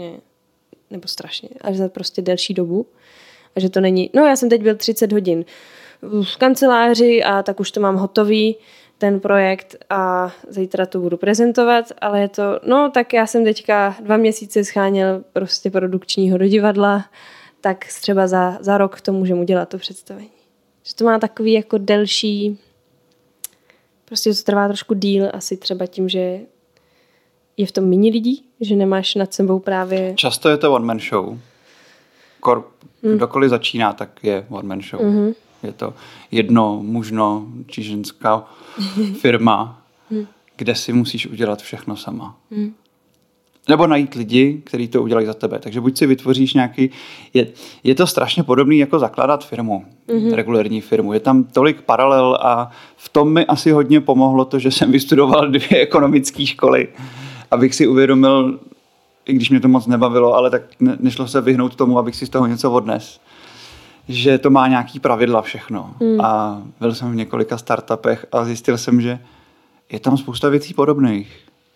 až za prostě delší dobu. A že to není, no já jsem teď byl 30 hodin v kanceláři a tak už to mám hotový, ten projekt a zítra to budu prezentovat, ale je to, no tak já jsem teďka 2 měsíce scháněl prostě produkčního do divadla, tak třeba za rok to můžeme udělat to představení. Že to má takový jako delší, prostě to trvá trošku díl, asi třeba tím, že je v tom méně lidí, že nemáš nad sebou právě... Často je to one-man show. Kdokoliv začíná, tak je one-man show. Mm-hmm. Je to jedno mužno či ženská firma, kde si musíš udělat všechno sama. Nebo najít lidi, kteří to udělají za tebe. Takže buď si vytvoříš nějaký... Je to strašně podobný jako zakládat firmu, regulární firmu. Je tam tolik paralel a v tom mi asi hodně pomohlo to, že jsem vystudoval 2 ekonomické školy, abych si uvědomil, i když mě to moc nebavilo, ale tak nešlo se vyhnout tomu, abych si z toho něco odnes. Že to má nějaký pravidla všechno. A byl jsem v několika startupech a zjistil jsem, že je tam spousta věcí podobných.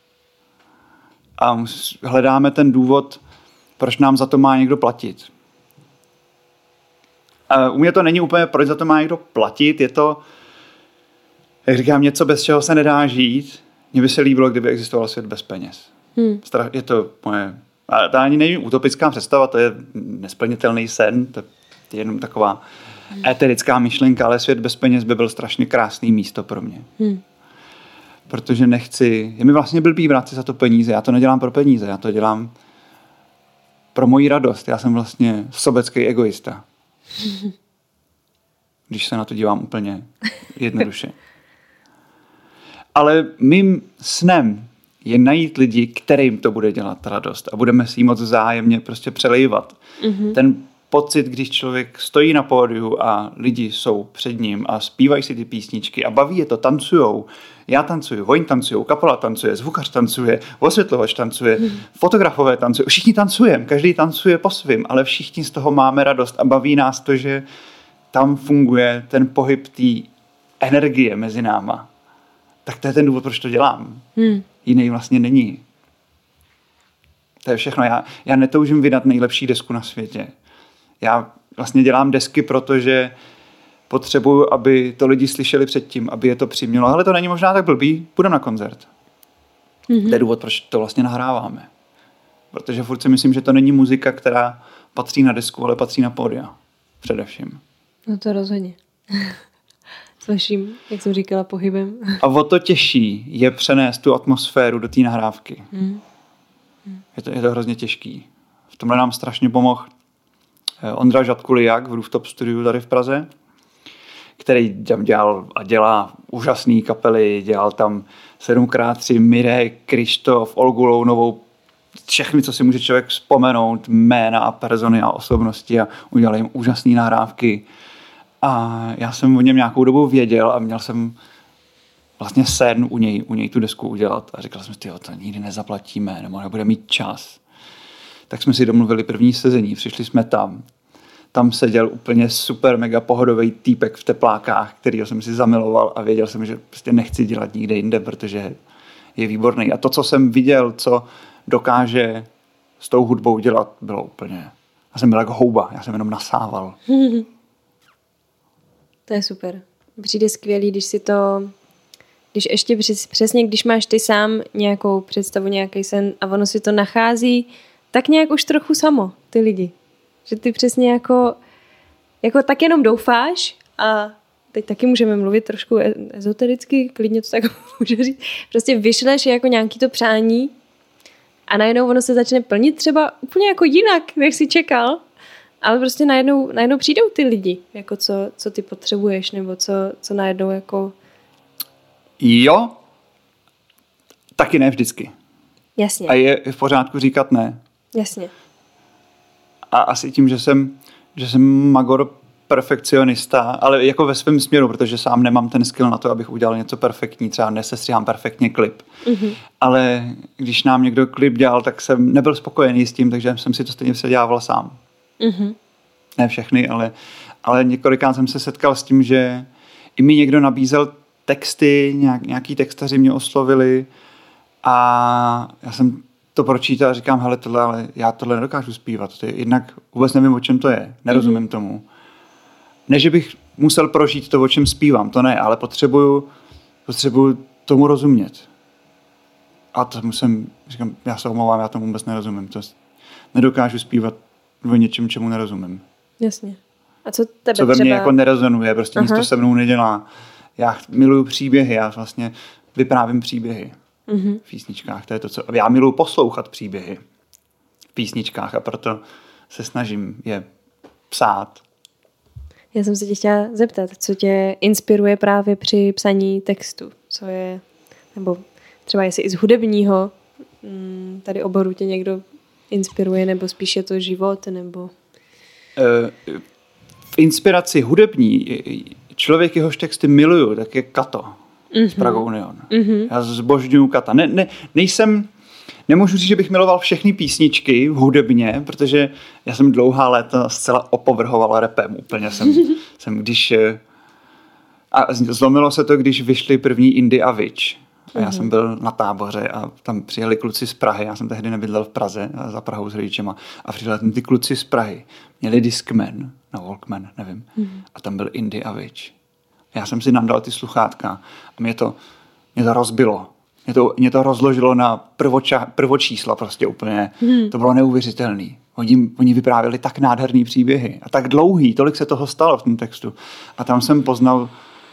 A hledáme ten důvod, proč nám za to má někdo platit. A u mě to není úplně, proč za to má někdo platit, je to, jak říkám, něco, bez čeho se nedá žít. Mně by se líbilo, kdyby existoval svět bez peněz. Je to moje, a to ani není utopická představa, to je nesplnitelný sen, to je jenom taková éterická myšlenka, ale svět bez peněz by byl strašně krásný místo pro mě. Protože je mi vlastně blbý brát si za to peníze, já to nedělám pro peníze, já to dělám pro moji radost, já jsem vlastně sobecký egoista. Když se na to dívám úplně jednoduše. Ale mým snem je najít lidi, kterým to bude dělat radost a budeme si ji moc vzájemně prostě přelejvat. Ten pocit, když člověk stojí na pódiu a lidi jsou před ním a zpívají si ty písničky a baví je to, tancujou. Já tancuju, oni tancujou, kapela tancuje, zvukař tancuje, osvětlovač tancuje, fotografové tancují, všichni tancujeme, každý tancuje po svým, ale všichni z toho máme radost a baví nás to, že tam funguje ten pohyb té energie mezi náma. Tak to je ten důvod, proč to dělám. Jiný vlastně není. To je všechno. Já netoužím vydat nejlepší desku na světě. Já vlastně dělám desky, protože potřebuju, aby to lidi slyšeli předtím, aby je to přimělo. Ale to není možná tak blbý, půjdem na koncert. To je důvod, proč to vlastně nahráváme. Protože furt si myslím, že to není muzika, která patří na desku, ale patří na pódia. Především. No to rozhodně. S vaším, jak jsem říkala, pohybem. A o to těžší je přenést tu atmosféru do té nahrávky. Je to hrozně těžký. V tomhle nám strašně pomohl Ondra Žadkuliak v Rooftop studiu tady v Praze, který tam dělal a dělá úžasný kapely, dělal tam 7x3 Mirek, Krištof, Olgu Lounovou, všechny, co si může člověk vzpomenout, jména a persony a osobnosti a udělal jim úžasné nahrávky. A já jsem o něm nějakou dobu věděl a měl jsem vlastně sen u něj tu desku udělat. A říkal jsem si, to nikdy nezaplatíme, nebo nebude mít čas. Tak jsme si domluvili první sezení, přišli jsme tam. Tam seděl úplně super mega pohodový týpek v teplákách, kterýho jsem si zamiloval a věděl jsem, že prostě nechci dělat nikde jinde, protože je výborný. A to, co jsem viděl, co dokáže s tou hudbou dělat, bylo úplně... Já jsem byl jako houba, já jsem jenom nasával. To je super. Přijde skvělý, když ještě přesně, když máš ty sám nějakou představu, nějaký sen a ono si to nachází, tak nějak už trochu samo, ty lidi. Že ty přesně jako tak jenom doufáš a teď taky můžeme mluvit trošku ezotericky, klidně to tak můžu říct. Prostě vyšleš jako nějaký to přání a najednou ono se začne plnit třeba úplně jako jinak, než jsi čekal. Ale prostě najednou přijdou ty lidi, jako co ty potřebuješ, nebo co najednou jako... Jo, taky ne vždycky. Jasně. A je v pořádku říkat ne. Jasně. A asi tím, že jsem magor perfekcionista, ale jako ve svém směru, protože sám nemám ten skill na to, abych udělal něco perfektní, třeba nesestříhám perfektně klip. Mm-hmm. Ale když nám někdo klip dělal, tak jsem nebyl spokojený s tím, takže jsem si to stejně předělával sám. Mm-hmm. Ne všechny, ale několikrát jsem se setkal s tím, že i mi někdo nabízel texty, nějaký textaři mě oslovili a já jsem to pročítal a říkám, hele, ale já tohle nedokážu zpívat. Jednak vůbec nevím, o čem to je. Nerozumím tomu. Ne, že bych musel prožít to, o čem zpívám, to ne, ale potřebuju tomu rozumět. A to říkám, já se omlouvám, já tomu vůbec nerozumím. Nedokážu zpívat o něčem, čemu nerozumím. Jasně. A co tebe co ve mně jako nerezonuje, prostě nic to se mnou nedělá. Já miluju příběhy, já vlastně vyprávím příběhy v písničkách. To je to, co... Já miluju poslouchat příběhy v písničkách a proto se snažím je psát. Já jsem se tě chtěla zeptat, co tě inspiruje právě při psaní textu? Co je, nebo třeba jestli i z hudebního tady oboru tě někdo inspiruje, nebo spíš je to život, nebo... V inspiraci hudební člověk, jehož texty miluju, tak je Kato z Prague Union. Já zbožňuju Kata. Nemůžu říct, že bych miloval všechny písničky hudebně, protože já jsem dlouhá léta zcela opovrhoval rapem. Úplně jsem když... A zlomilo se to, když vyšly první Indy a Witch. A já jsem byl na táboře a tam přijeli kluci z Prahy. Já jsem tehdy nebydlel v Praze, za Prahou s rodičema. A přijeli ty kluci z Prahy. Měli Discman, no Walkman, nevím. A tam byl Indy a Witch. Já jsem si nandal ty sluchátka a mě to rozbilo. Mě to rozložilo na prvočísla prostě úplně. To bylo neuvěřitelný. Oni vyprávěli tak nádherný příběhy a tak dlouhý, tolik se toho stalo v tom textu. A tam jsem poznal,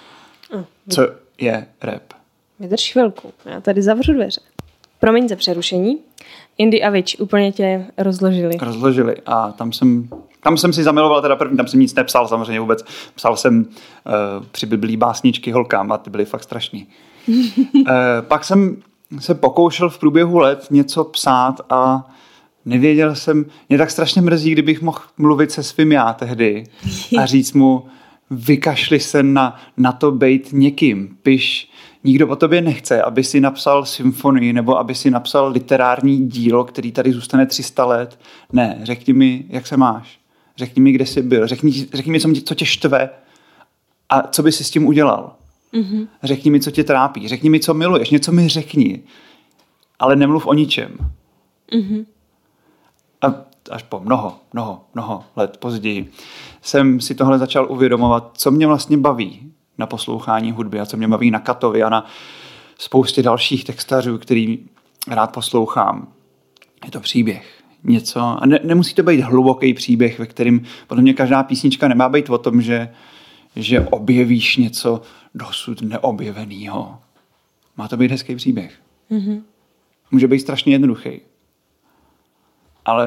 co je rap. Vydrž chvilku, já tady zavřu dveře. Promiň za přerušení. Indy a Witch úplně tě rozložili. Rozložili a tam jsem si zamiloval teda první, tam jsem nic nepsal samozřejmě vůbec. Psal jsem přiblblý básničky holkám a ty byly fakt strašný. Pak jsem se pokoušel v průběhu let něco psát a nevěděl jsem, mě tak strašně mrzí, kdybych mohl mluvit se svým já tehdy a říct mu, vykašli se na to bejt někým, piš, nikdo po tobě nechce, aby si napsal symfonii nebo aby si napsal literární dílo, který tady zůstane 300 let. Ne, řekni mi, jak se máš. Řekni mi, kde jsi byl. Řekni mi, co tě štve a co by si s tím udělal. Mm-hmm. Řekni mi, co tě trápí. Řekni mi, co miluješ. Něco mi řekni. Ale nemluv o ničem. Mm-hmm. A až po mnoho let později jsem si tohle začal uvědomovat, co mě vlastně baví na poslouchání hudby a co mě baví na Katovi a na spoustě dalších textařů, který rád poslouchám. Je to příběh. Něco. A nemusí to být hluboký příběh, ve kterým podle mě každá písnička nemá být o tom, že objevíš něco dosud neobjeveného. Má to být hezký příběh. Mm-hmm. Může být strašně jednoduchý. Ale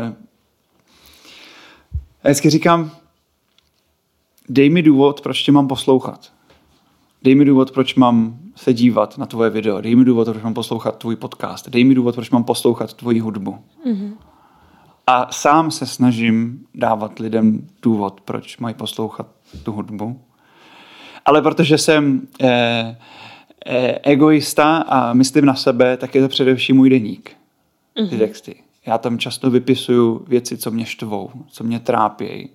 já vždycky říkám, dej mi důvod, proč tě mám poslouchat. Dej mi důvod, proč mám se dívat na tvoje video. Dej mi důvod, proč mám poslouchat tvůj podcast. Dej mi důvod, proč mám poslouchat tvoji hudbu. Mm-hmm. A sám se snažím dávat lidem důvod, proč mají poslouchat tu hudbu. Ale protože jsem egoista a myslím na sebe, tak je to především můj deník. Ty texty. Já tam často vypisuju věci, co mě štvou, co mě trápí.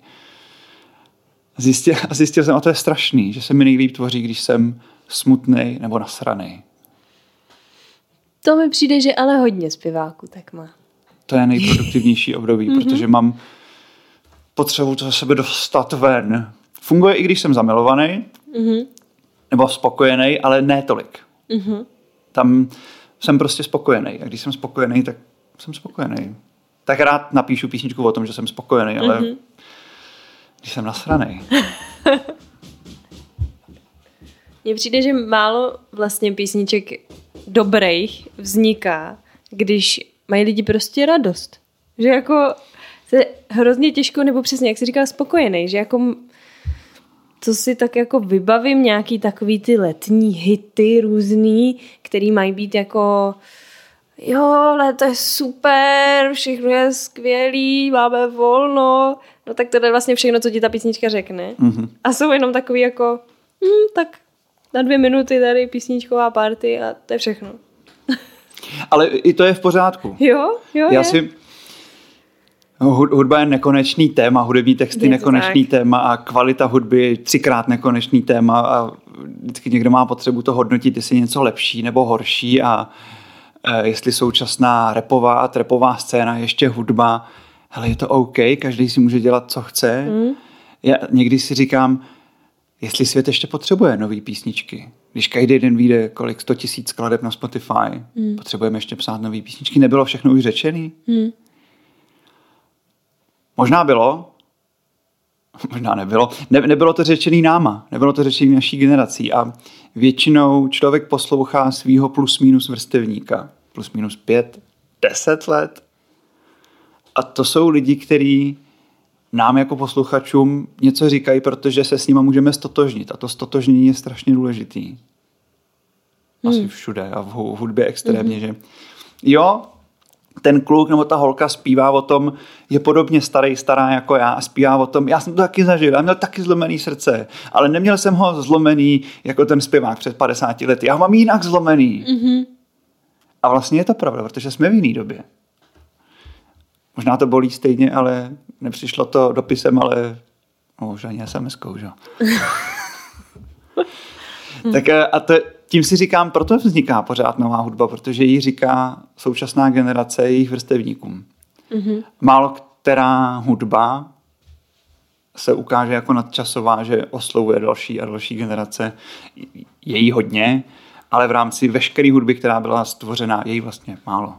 Zjistil jsem, a to je strašný, že se mi nejlíp tvoří, když jsem smutnej nebo nasranej. To mi přijde, že ale hodně zpěváků tak má. To je nejproduktivnější období, protože mám potřebu to za sebe dostat ven. Funguje i když jsem zamilovaný, nebo spokojený, ale ne tolik. Tam jsem prostě spokojený. A když jsem spokojený, tak jsem spokojený. tak rád napíšu písničku o tom, že jsem spokojený, ale když jsem nasranej. Mně přijde, že málo vlastně písniček dobrých vzniká, když mají lidi prostě radost. Že jako se hrozně těžko, nebo přesně, jak jsi říkal, spokojený, že jako co si tak jako vybavím, nějaký takový ty letní hity různý, který mají být jako jo, léto je super, všechno je skvělý, máme volno, no tak to je vlastně všechno, co ti ta písnička řekne. A jsou jenom takový jako tak na 2 minuty tady písničková party a to je všechno. Ale i to je v pořádku. Jo, Hudba je nekonečný téma, hudební texty nekonečný téma a kvalita hudby je 3x nekonečný téma a vždycky někdo má potřebu to hodnotit, jestli je něco lepší nebo horší a jestli současná rapová a trapová scéna ještě hudba, hele, je to OK, každý si může dělat, co chce. Já někdy si říkám, jestli svět ještě potřebuje nový písničky. Když každý den vyjde 100 000 skladeb na Spotify, potřebujeme ještě psát nový písničky. Nebylo všechno už řečený? Možná bylo, možná nebylo. Nebylo to řečený náma, nebylo to řečený naší generací a většinou člověk poslouchá svýho plus minus vrstevníka. Plus minus 5, 10 let. A to jsou lidi, kteří nám jako posluchačům něco říkají, protože se s nima můžeme stotožnit. A to stotožnění je strašně důležitý. Asi všude a v hudbě extrémně, že jo, ten kluk nebo ta holka zpívá o tom, je podobně stará jako já a zpívá o tom, já jsem to taky zažil, já měl taky zlomený srdce, ale neměl jsem ho zlomený jako ten zpěvák před 50 lety. Já ho mám jinak zlomený. A vlastně je to pravda, protože jsme v jiný době. Možná to bolí stejně, ale nepřišlo to dopisem, ale už ani SMS-kou, že? Tak a tím si říkám, proto vzniká pořád nová hudba, protože ji říká současná generace jejich vrstevníkům. Málo která hudba se ukáže jako nadčasová, že oslovuje další a další generace. Je jí hodně, ale v rámci veškeré hudby, která byla stvořena, je jí vlastně málo.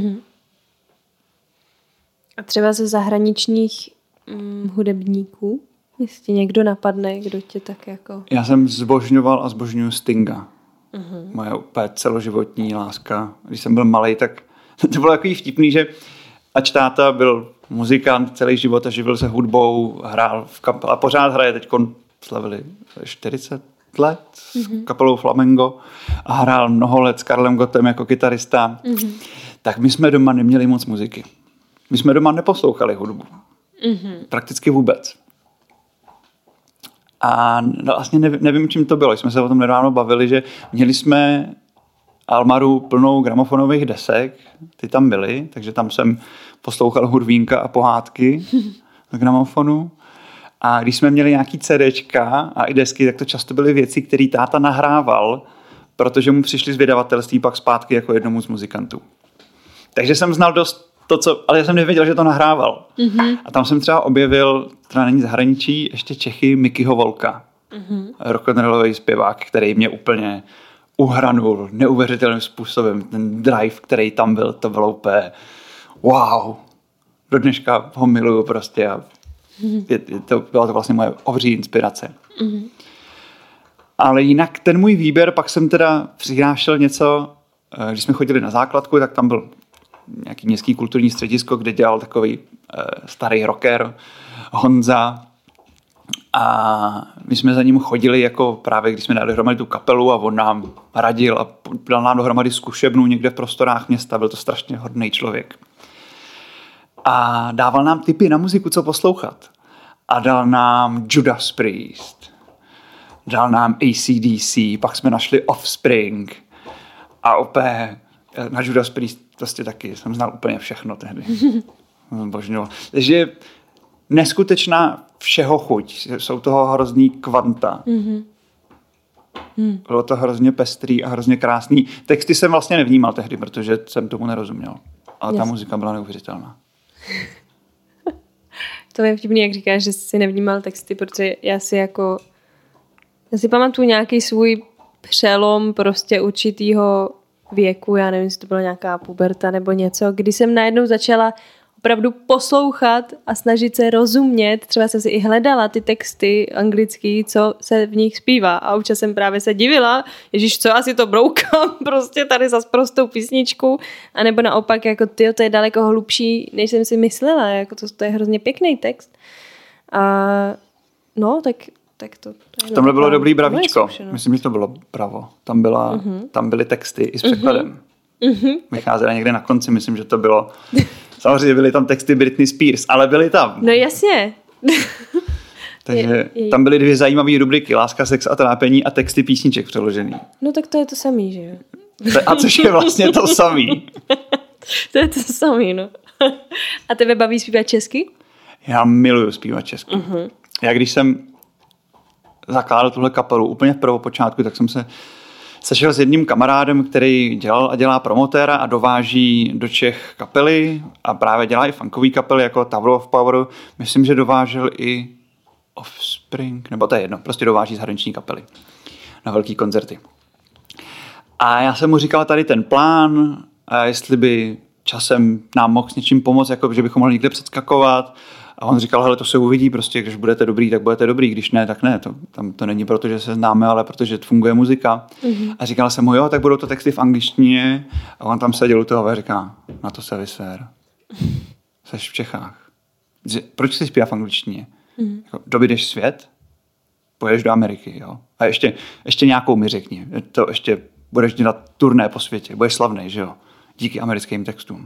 A třeba ze zahraničních hudebníků, jestli někdo napadne, kdo tě tak jako... Já jsem zbožňoval a zbožňuju Stinga. Moje úplně celoživotní láska. Když jsem byl malej, tak to bylo takový vtipný, že ač táta byl muzikant celý život a živil se hudbou, hrál v kapele a pořád hraje, teď slavili 40 let s kapelou Flamengo a hrál mnoho let s Karlem Gottem jako kytarista, tak my jsme doma neměli moc muziky. My jsme doma neposlouchali hudbu. Prakticky vůbec. A vlastně nevím, čím to bylo. Jsme se o tom nedávno bavili, že měli jsme almaru plnou gramofonových desek, ty tam byly, takže tam jsem poslouchal hudvínka a pohádky z gramofonu. A když jsme měli nějaký CDčka a i desky, tak to často byly věci, které táta nahrával, protože mu přišli z vydavatelství pak zpátky jako jednomu z muzikantů. Takže jsem znal dost ale já jsem nevěděl, že to nahrával. A tam jsem třeba objevil, teda není zahraničí, ještě Čechy, Mikyho Volka. Rock'n'rollový zpěvák, který mě úplně uhranul neuvěřitelným způsobem. Ten drive, který tam byl, to bylo úplně wow. Do dneška ho miluju prostě a byla to vlastně moje obří inspirace. Ale jinak ten můj výběr, pak jsem teda přinášel něco, když jsme chodili na základku, tak tam byl nějaký městský kulturní středisko, kde dělal takový starý rocker Honza a my jsme za ním chodili jako právě, když jsme dali dohromady tu kapelu a on nám radil a dal nám dohromady zkušebnu někde v prostorách města, byl to strašně hodný člověk. A dával nám tipy na muziku, co poslouchat. A dal nám Judas Priest, dal nám AC/DC, pak jsme našli Offspring a opět na Judas Priest prostě taky jsem znal úplně všechno tehdy. Božňoval. Takže neskutečná všeho chuť. Jsou toho hrozný kvanta. Bylo to hrozně pestrý a hrozně krásný. Texty jsem vlastně nevnímal tehdy, protože jsem tomu nerozuměl. Ale ta muzika byla neuvěřitelná. To je vtipný, jak říkáš, že jsi nevnímal texty, protože já si pamatuju nějaký svůj přelom prostě určitýho věku, já nevím, jestli to byla nějaká puberta nebo něco, kdy jsem najednou začala opravdu poslouchat a snažit se rozumět. Třeba jsem si i hledala ty texty anglický, co se v nich zpívá. A občas jsem právě se divila, ježiš, co asi to broukám prostě tady za prostou písničku. A nebo naopak, jako tyjo, to je daleko hlubší, než jsem si myslela. Jako to je hrozně pěkný text. A no, tak to v tomhle bylo dobrý bravíčko. Myslím, že to bylo Bravo. Tam byly texty i s překladem. Vycházela někde na konci, myslím, že to bylo. Samozřejmě byly tam texty Britney Spears, ale byly tam. No jasně. Takže tam byly 2 zajímavé rubriky, Láska, sex a trápení a texty písniček přeložený. No tak to je to samý, že jo? A což je vlastně to samý. To je to samý, no. A tebe baví zpívat česky? Já miluju zpívat česky. Já když jsem zakládal tuhle kapelu úplně v prvopočátku, tak jsem se sešel s jedním kamarádem, který dělal a dělá promotéra a dováží do Čech kapely a právě dělá i funkový kapely jako Tower of Power. Myslím, že dovážel i Offspring, nebo to je jedno, prostě dováží zahraniční kapely na velký koncerty. A já jsem mu říkal tady ten plán, a jestli by časem nám mohl s něčím pomoct, jako že bychom mohli někde předskakovat. A on říkal, hele, to se uvidí, prostě, když budete dobrý, tak budete dobrý, když ne, tak ne. To není proto, že se známe, ale protože funguje muzika. A říkal jsem mu, jo, tak budou to texty v angličtině. A on tam seděl u toho a říká, na to se vysér. Seš v Čechách. Proč jsi zpívá v angličtině? Dobyjdeš svět, pojedeš do Ameriky, jo. A ještě nějakou mi řekni. To ještě budeš dělat turné po světě, budeš slavnej, že jo. Díky americkým textům.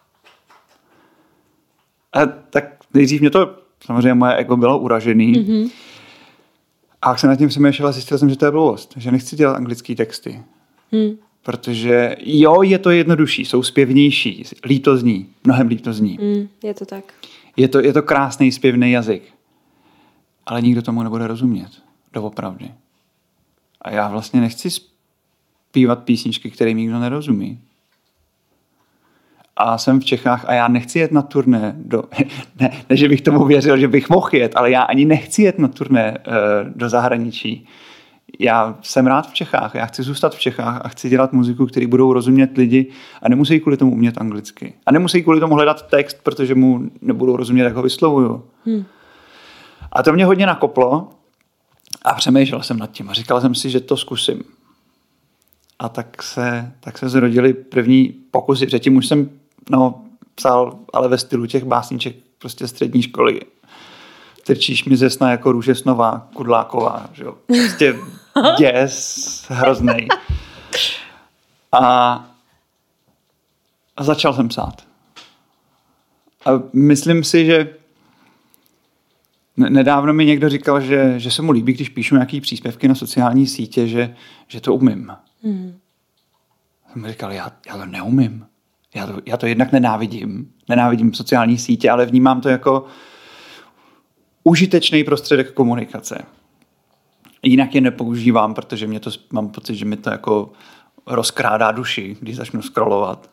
A tak nejdřív mě to, samozřejmě moje ego bylo uražený. A jak jsem nad tím přemýšlel, zjistil jsem, že to je blbost. Že nechci dělat anglický texty. Protože jo, je to jednodušší, jsou zpěvnější, líp to zní, mnohem líp to zní. Je to tak. Je to krásný zpěvný jazyk. Ale nikdo tomu nebude rozumět. Doopravdy. A já vlastně nechci zpívat písničky, kterým nikdo nerozumí. A jsem v Čechách a já nechci jet na turné. Ne, že bych tomu věřil, že bych mohl jet, ale já ani nechci jet na turné do zahraničí. Já jsem rád v Čechách, já chci zůstat v Čechách a chci dělat muziku, který budou rozumět lidi a nemusí kvůli tomu umět anglicky. A nemusí kvůli tomu hledat text, protože mu nebudou rozumět, jak ho vyslovuju. A to mě hodně nakoplo a přemýšlel jsem nad tím a říkal jsem si, že to zkusím. A tak se zrodily první pokusy. Předtím už jsem psal, ale ve stylu těch básniček prostě střední školy. Trčíš mi ze sna jako růže snová, Kudláková. Že jo? Prostě děs hroznej. A začal jsem psát. A myslím si, že nedávno mi někdo říkal, že se mu líbí, když píšu nějaký příspěvky na sociální sítě, že to umím. Jsem mi říkal, já to neumím. Já to jednak nenávidím. Nenávidím sociální sítě, ale vnímám to jako užitečný prostředek komunikace. Jinak je nepoužívám, protože mám pocit, že mi to jako rozkrádá duši, když začnu scrollovat.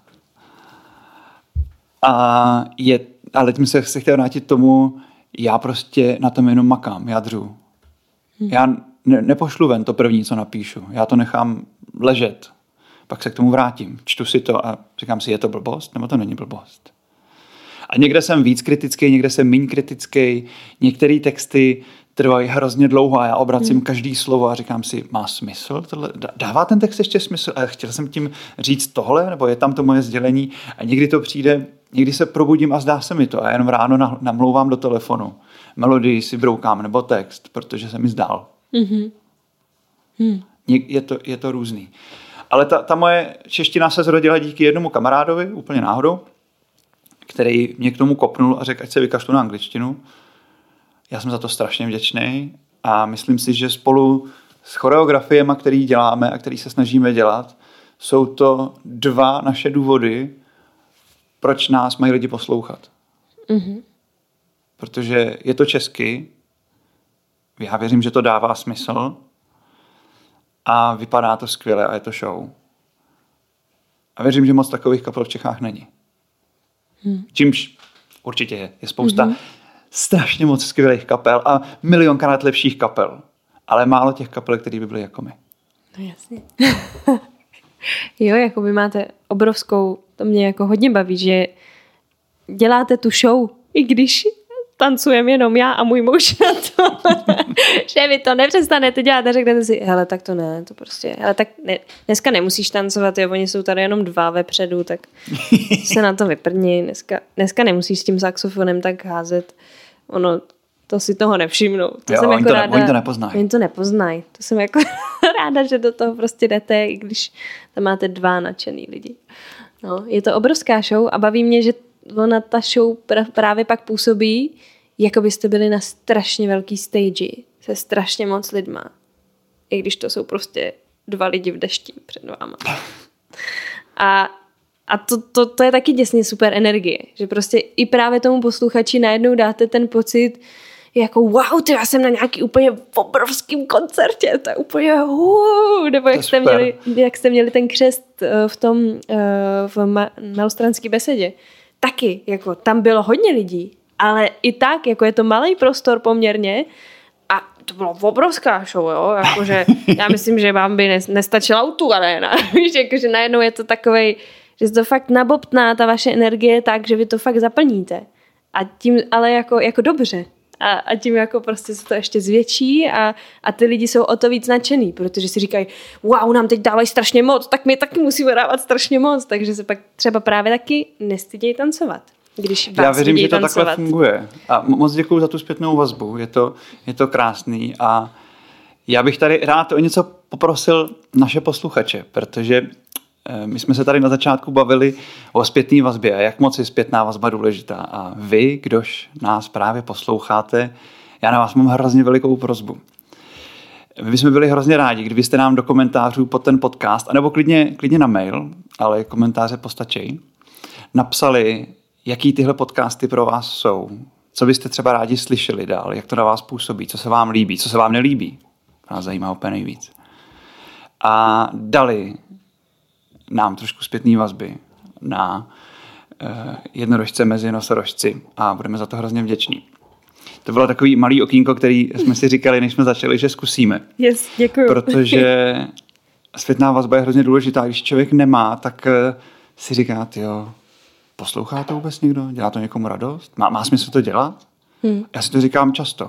Ale tím se chtěl vrátit tomu, já prostě na tom jenom makám, já dřu. Já nepošlu ven to první, co napíšu. Já to nechám ležet. Pak se k tomu vrátím. Čtu si to a říkám si, je to blbost, nebo to není blbost. A někde jsem víc kritický, někde jsem méně kritický. Některé texty trvají hrozně dlouho a já obracím každý slovo a říkám si, má smysl tohle? Dává ten text ještě smysl? A chtěl jsem tím říct tohle, nebo je tam to moje sdělení? A někdy to přijde, někdy se probudím a zdá se mi to. A jenom ráno namlouvám do telefonu. Melodii si broukám, nebo text, protože se mi zdál. Je to různý. Ale ta moje čeština se zrodila díky jednomu kamarádovi, úplně náhodou, který mě k tomu kopnul a řekl, ať se vykašlu na angličtinu. Já jsem za to strašně vděčný a myslím si, že spolu s choreografiemi, který děláme a který se snažíme dělat, jsou to 2 naše důvody, proč nás mají lidi poslouchat. Protože je to česky, já věřím, že to dává smysl a vypadá to skvěle a je to show. A věřím, že moc takových kapel v Čechách není. Čímž určitě je spousta strašně moc skvělých kapel a milionkrát lepších kapel. Ale málo těch kapel, které by byly jako my. No jasně. Jo, jako vy máte obrovskou, to mě jako hodně baví, že děláte tu show, i když tancujeme jenom já a můj muž na to, že vy to nepřestanete dělat a řeknete si, hele, tak to ne, to prostě, hele, tak ne, dneska nemusíš tancovat, jo, oni jsou tady jenom 2 vepředu, tak se na to vyprdni, dneska nemusíš s tím saxofonem tak házet, ono, to si toho nevšimnou. To jo, jsem oni, jako ráda, oni to nepoznají. Oni to nepoznají, to jsem jako ráda, že do toho prostě jdete, i když tam máte 2 nadšený lidi. No, je to obrovská show a baví mě, že ona ta show právě pak působí, jako byste byli na strašně velký stage se strašně moc lidma. I když to jsou prostě 2 lidi v dešti před váma. A to je taky děsně super energie, že prostě i právě tomu posluchači najednou dáte ten pocit, jako wow, já jsem na nějaký úplně obrovským koncertě, to je úplně nebo jak jste měli ten křest v Malostranské besedě. Taky, jako tam bylo hodně lidí, ale i tak, jako je to malý prostor poměrně a to bylo obrovská show, jo, jakože já myslím, že vám by nestačila tu aréna, víš, jakože najednou je to takovej, že se to fakt nabobtná ta vaše energie tak, že vy to fakt zaplníte a tím, ale jako dobře a tím jako prostě se to ještě zvětší a ty lidi jsou o to víc nadšený, protože si říkají, wow, nám teď dávají strašně moc, tak my taky musíme dávat strašně moc, takže se pak třeba právě taky nestydějí tancovat. Když já věřím, že to tancovat. Takhle funguje. A moc děkuju za tu zpětnou vazbu. Je to krásný a já bych tady rád o něco poprosil naše posluchače, protože my jsme se tady na začátku bavili o zpětné vazbě a jak moc je zpětná vazba důležitá. A vy, kdož nás právě posloucháte, já na vás mám hrozně velikou prosbu. My bychom byli hrozně rádi, kdybyste nám do komentářů pod ten podcast, anebo klidně na mail, ale komentáře postačí, napsali, jaký tyhle podcasty pro vás jsou, co byste třeba rádi slyšeli dál, jak to na vás působí, co se vám líbí, co se vám nelíbí. Nás zajímá úplně nejvíc. A dali nám trošku zpětný vazby na jednorožce mezi nosorožci a budeme za to hrozně vděční. To bylo takový malý okýnko, který jsme si říkali, než jsme začali, že zkusíme. Yes, děkuju. Protože zpětná vazba je hrozně důležitá. Když člověk nemá, tak si říká, jo, poslouchá to vůbec někdo? Dělá to někomu radost? Má smysl to dělat? Já si to říkám často.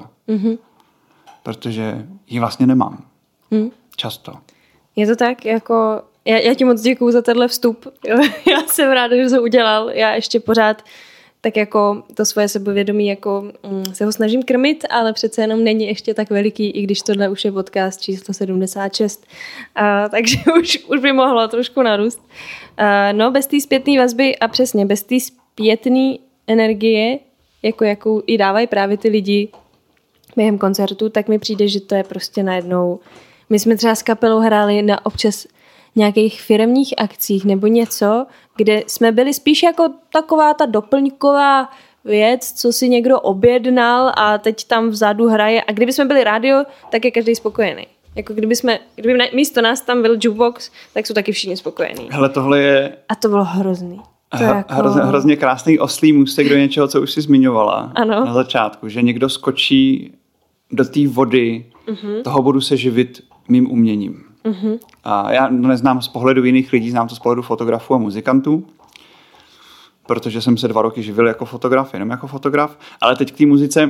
Protože ji vlastně nemám. Často. Je to tak, jako já ti moc děkuju za tenhle vstup. Já jsem ráda, že jsi ho udělal. Já ještě pořád tak jako to svoje sebevědomí jako se ho snažím krmit, ale přece jenom není ještě tak veliký, i když tohle už je podcast číslo 76. Takže už by mohlo trošku narůst. No, bez té zpětné vazby a přesně bez té zpětné energie, jako jakou i dávají právě ty lidi během koncertu, tak mi přijde, že to je prostě najednou. My jsme třeba s kapelou hráli na občas nějakých firemních akcích nebo něco, kde jsme byli spíš jako taková ta doplňková věc, co si někdo objednal a teď tam vzadu hraje. A kdyby jsme byli rádio, tak je každý spokojený. Jako kdyby místo nás tam byl jukebox, tak jsou taky všichni spokojení. Hele, tohle je... A to bylo hrozný. Hrozně krásný oslý můstek do něčeho, co už si zmiňovala ano. Na začátku, že někdo skočí do té vody, toho budu se živit mým uměním. A já to neznám z pohledu jiných lidí, znám to z pohledu fotografů a muzikantů, protože jsem se 2 roky živil jako fotograf, jenom jako fotograf, ale teď k té muzice,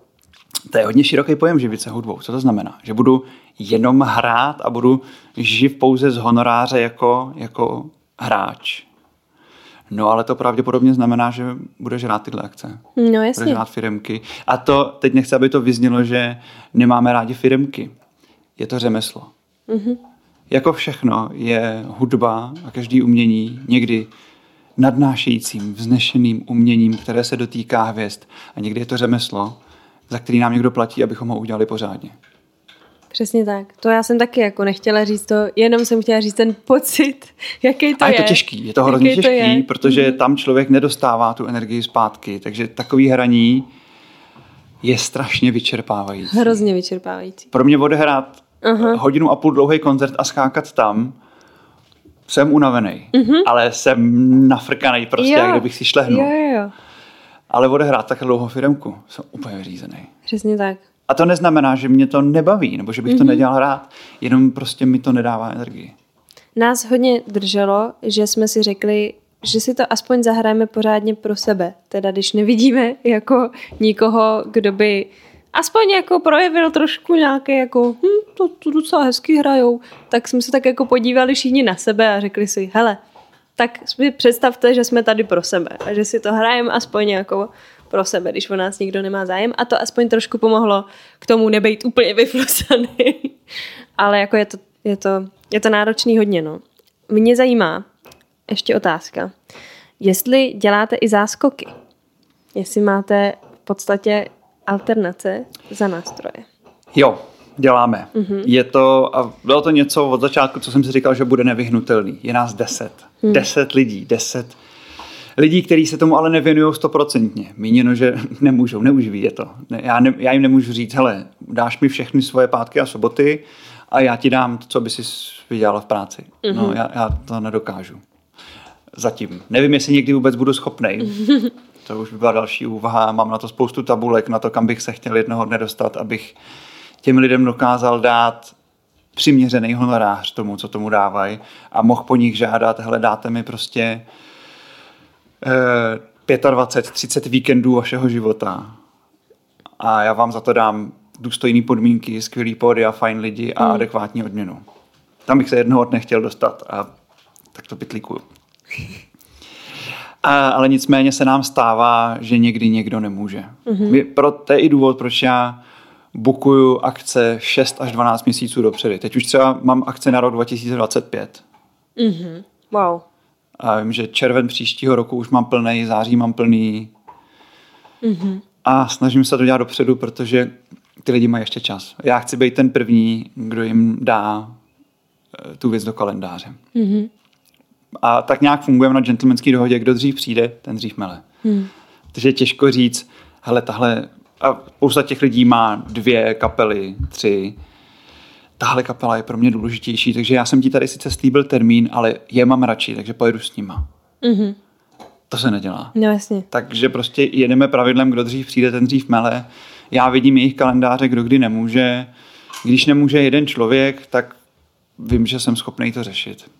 to je hodně široký pojem živit se hudbou. Co to znamená? Že budu jenom hrát a budu živ pouze z honoráře jako hráč. No ale to pravděpodobně znamená, že budeš hrát tyhle akce. No jasně. Budeš hrát firemky. A to teď nechci, aby to vyznělo, že nemáme rádi firemky. Je to řemeslo. Jako všechno je hudba a každý umění někdy nadnášejícím, vznešeným uměním, které se dotýká hvězd. A někdy je to řemeslo, za který nám někdo platí, abychom ho udělali pořádně. Přesně tak. To já jsem taky jako nechtěla říct to, jenom jsem chtěla říct ten pocit, jaký to je. A je to těžký, je to hrozně těžký, protože tam člověk nedostává tu energii zpátky, takže takový hraní je strašně vyčerpávající. Hrozně vyčerpávající. Pro mě odehrát 1,5 hodiny dlouhý koncert a skákat tam, jsem unavený, ale jsem nafrkanej prostě, jak kdybych si šlehnul. Jo. Ale odehrát tak dlouho firemku, jsem úplně vyřízený. Přesně tak. A to neznamená, že mě to nebaví, nebo že bych to nedělal rád, jenom prostě mi to nedává energii. Nás hodně drželo, že jsme si řekli, že si to aspoň zahrajeme pořádně pro sebe. Teda když nevidíme jako nikoho, kdo by aspoň jako projevil trošku nějaké jako to docela hezky hrajou, tak jsme se tak jako podívali všichni na sebe a řekli si, hele, tak si představte, že jsme tady pro sebe a že si to hrajeme aspoň jako pro sebe, když o nás nikdo nemá zájem, a to aspoň trošku pomohlo k tomu nebejt úplně vyflusaný. Ale jako je to náročný hodně, no. Mě zajímá ještě otázka. Jestli děláte i záskoky, jestli máte v podstatě alternace za nástroje. Jo, děláme. Je to, a bylo to něco od začátku, co jsem si říkal, že bude nevyhnutelný. Je nás 10. 10 lidí, 10 lidí, kteří se tomu ale nevěnují 100%. Míněno, že neuživí je to. Já jim nemůžu říct, hele, dáš mi všechny svoje pátky a soboty a já ti dám to, co by si vydělala v práci. No, já to nedokážu. Zatím. Nevím, jestli někdy vůbec budu schopnej. To už by byla další úvaha. Mám na to spoustu tabulek, na to, kam bych se chtěl jednoho dne dostat, abych těm lidem dokázal dát přiměřený honorář tomu, co tomu dávají, a mohl po nich žádat, hele, dáte mi prostě 25-30 víkendů vašeho života a já vám za to dám důstojné podmínky, skvělý pódia, fajn lidi a adekvátní odměnu. Tam bych se jednoho dne chtěl dostat a tak to pytlíkuju. Ale nicméně se nám stává, že někdy někdo nemůže. To je i důvod, proč já bukuju akce 6 až 12 měsíců dopředu. Teď už třeba mám akce na rok 2025. Wow. A vím, že červen příštího roku už mám plný, září mám plný. A snažím se to dělat dopředu, protože ty lidi mají ještě čas. Já chci být ten první, kdo jim dá tu věc do kalendáře. A tak nějak fungujeme na gentlemanské dohodě, kdo dřív přijde, ten dřív mele. Takže je těžko říct, hele, tahle, a spousta těch lidí má 2 kapely, 3. Tahle kapela je pro mě důležitější, takže já jsem ti tady sice slíbil termín, ale je mám radši, takže pojedu s nima. To se nedělá. No jasně. Takže prostě jedeme pravidlem, kdo dřív přijde, ten dřív mele. Já vidím jejich kalendáře, kdo kdy nemůže. Když nemůže jeden člověk, tak vím, že jsem schopný to řešit.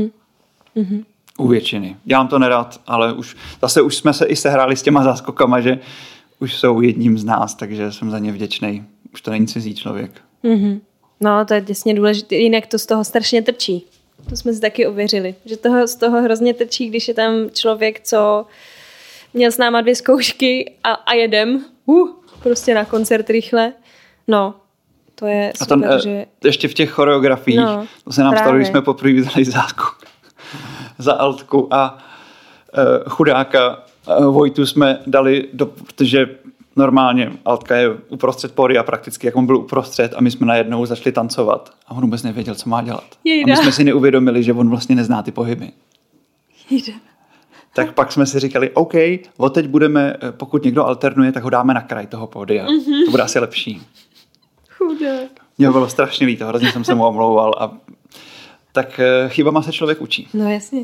U většiny. Dělám to nerad, ale už jsme se i sehráli s těma záskokama, že už jsou jedním z nás, takže jsem za ně vděčnej. Už to není cizí člověk. No, to je těsně důležité, jinak to z toho strašně trčí. To jsme si taky ověřili, že z toho hrozně trčí, když je tam člověk, co měl s náma 2 zkoušky a jedem, prostě na koncert rychle. No, to je super, že... Ještě v těch choreografiích, to se nám stalo, když jsme poprvé vzali záskok za altku a chudáka Vojtu jsme dali, protože normálně altka je uprostřed pódia prakticky, jak on byl uprostřed, a my jsme najednou začali tancovat a on vůbec nevěděl, co má dělat. A my jsme si neuvědomili, že on vlastně nezná ty pohyby. Tak pak jsme si říkali, OK, odteď budeme, pokud někdo alternuje, tak ho dáme na kraj toho pódia. To bude asi lepší. Chudák. Mně bylo strašně líto, hrozně jsem se mu omlouval. A tak chybama se člověk učí. No jasně.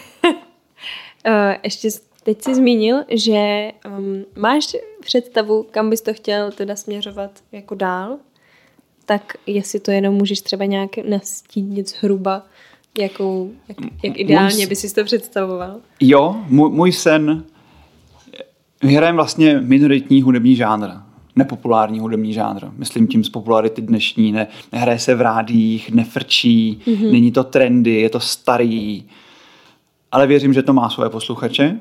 Ještě teď jsi zmínil, že máš představu, kam bys to chtěl teda směřovat jako dál, tak jestli to jenom můžeš třeba nějak nastínit zhruba, jak ideálně bys si to představoval. Jo, můj sen, hrajeme vlastně minoritní hudební žánr, nepopulární hudební žánr. Myslím tím z popularity dnešní, nehraje se v rádiích, nefrčí, není to trendy, je to starý, ale věřím, že to má svoje posluchače.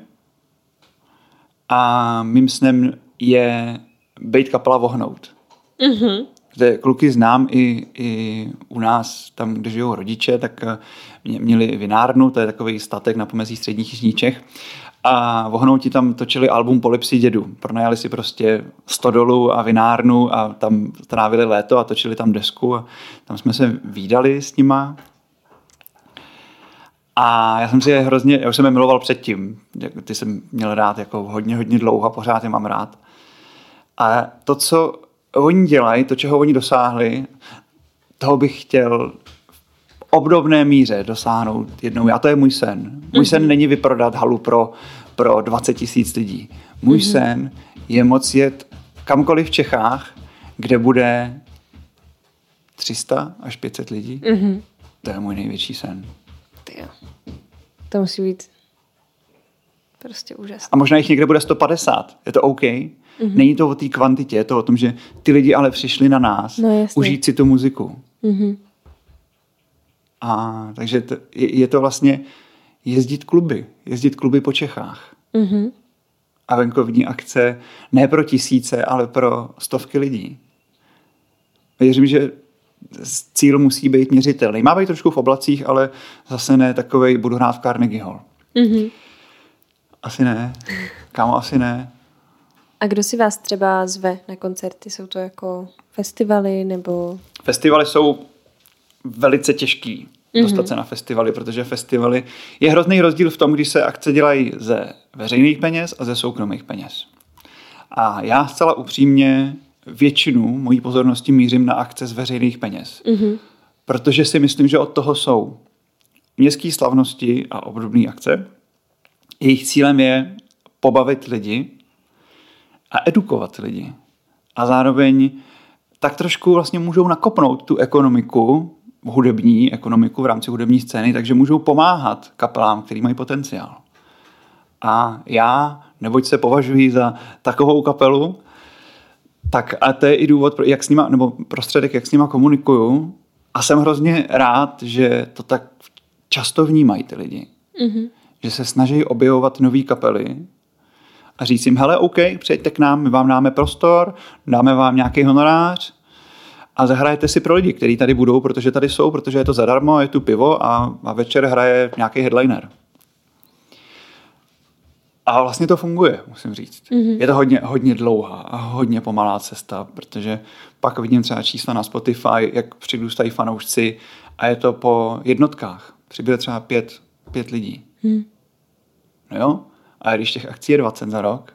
A mým snem je být kapela Vohnout. Kde kluky znám i u nás, tam, kde žijou rodiče, tak měli vinárnu, to je takový statek na pomezí středních jižních Čech. A Vohnouti tam točili album Polipsy dědu. Pronajali si prostě stodolu a vinárnu a tam trávili léto a točili tam desku a tam jsme se vídali s nima. A já už jsem je miloval předtím. Ty jsem měl rád jako hodně dlouho a pořád je mám rád. A to, co oni dělají, to, čeho oni dosáhli, toho bych chtěl v obdobné míře dosáhnout jednou. A to je můj sen. Můj sen není vyprodat halu pro 20 000 lidí. Můj sen je moc jet kamkoliv v Čechách, kde bude 300 až 500 lidí. To je můj největší sen. To musí být Prostě úžasné. A možná jich někde bude 150. Je to OK. Není to o té kvantitě, je to o tom, že ty lidi ale přišli na nás užít si tu muziku. A takže je to vlastně jezdit kluby po Čechách. A venkovní akce ne pro tisíce, ale pro stovky lidí. Věřím, že cíl musí být měřitelný. Má být trošku v oblacích, ale zase ne takovej, budu hrát v Carnegie Hall. Asi ne. Kámo, asi ne. A kdo si vás třeba zve na koncerty? Jsou to jako festivaly nebo... Festivaly jsou velice těžký dostat se na festivaly, protože festivaly je hrozný rozdíl v tom, když se akce dělají ze veřejných peněz a ze soukromých peněz. A já zcela upřímně většinu mojí pozornosti mířím na akce z veřejných peněz. Protože si myslím, že od toho jsou městské slavnosti a obdobné akce. Jejich cílem je pobavit lidi a edukovat lidi. A zároveň tak trošku vlastně můžou nakopnout tu ekonomiku, hudební ekonomiku v rámci hudební scény, takže můžou pomáhat kapelám, který mají potenciál. A já, neboť se považuji za takovou kapelu, tak a to je i důvod, jak s nima, nebo prostředek, jak s nima komunikuju. A jsem hrozně rád, že to tak často vnímají ty lidi. Že se snaží objevovat nový kapely a říct jim, hele, OK, přijďte k nám, my vám dáme prostor, dáme vám nějaký honorář a zahrajete si pro lidi, kteří tady budou, protože tady jsou, protože je to zadarmo, je tu pivo a večer hraje nějaký headliner. A vlastně to funguje, musím říct. Je to hodně dlouhá a hodně pomalá cesta, protože pak vidím třeba čísla na Spotify, jak přirůstají fanoušci a je to po jednotkách. Přibyde třeba 5 lidí. No jo? A když těch akcí je 20 za rok.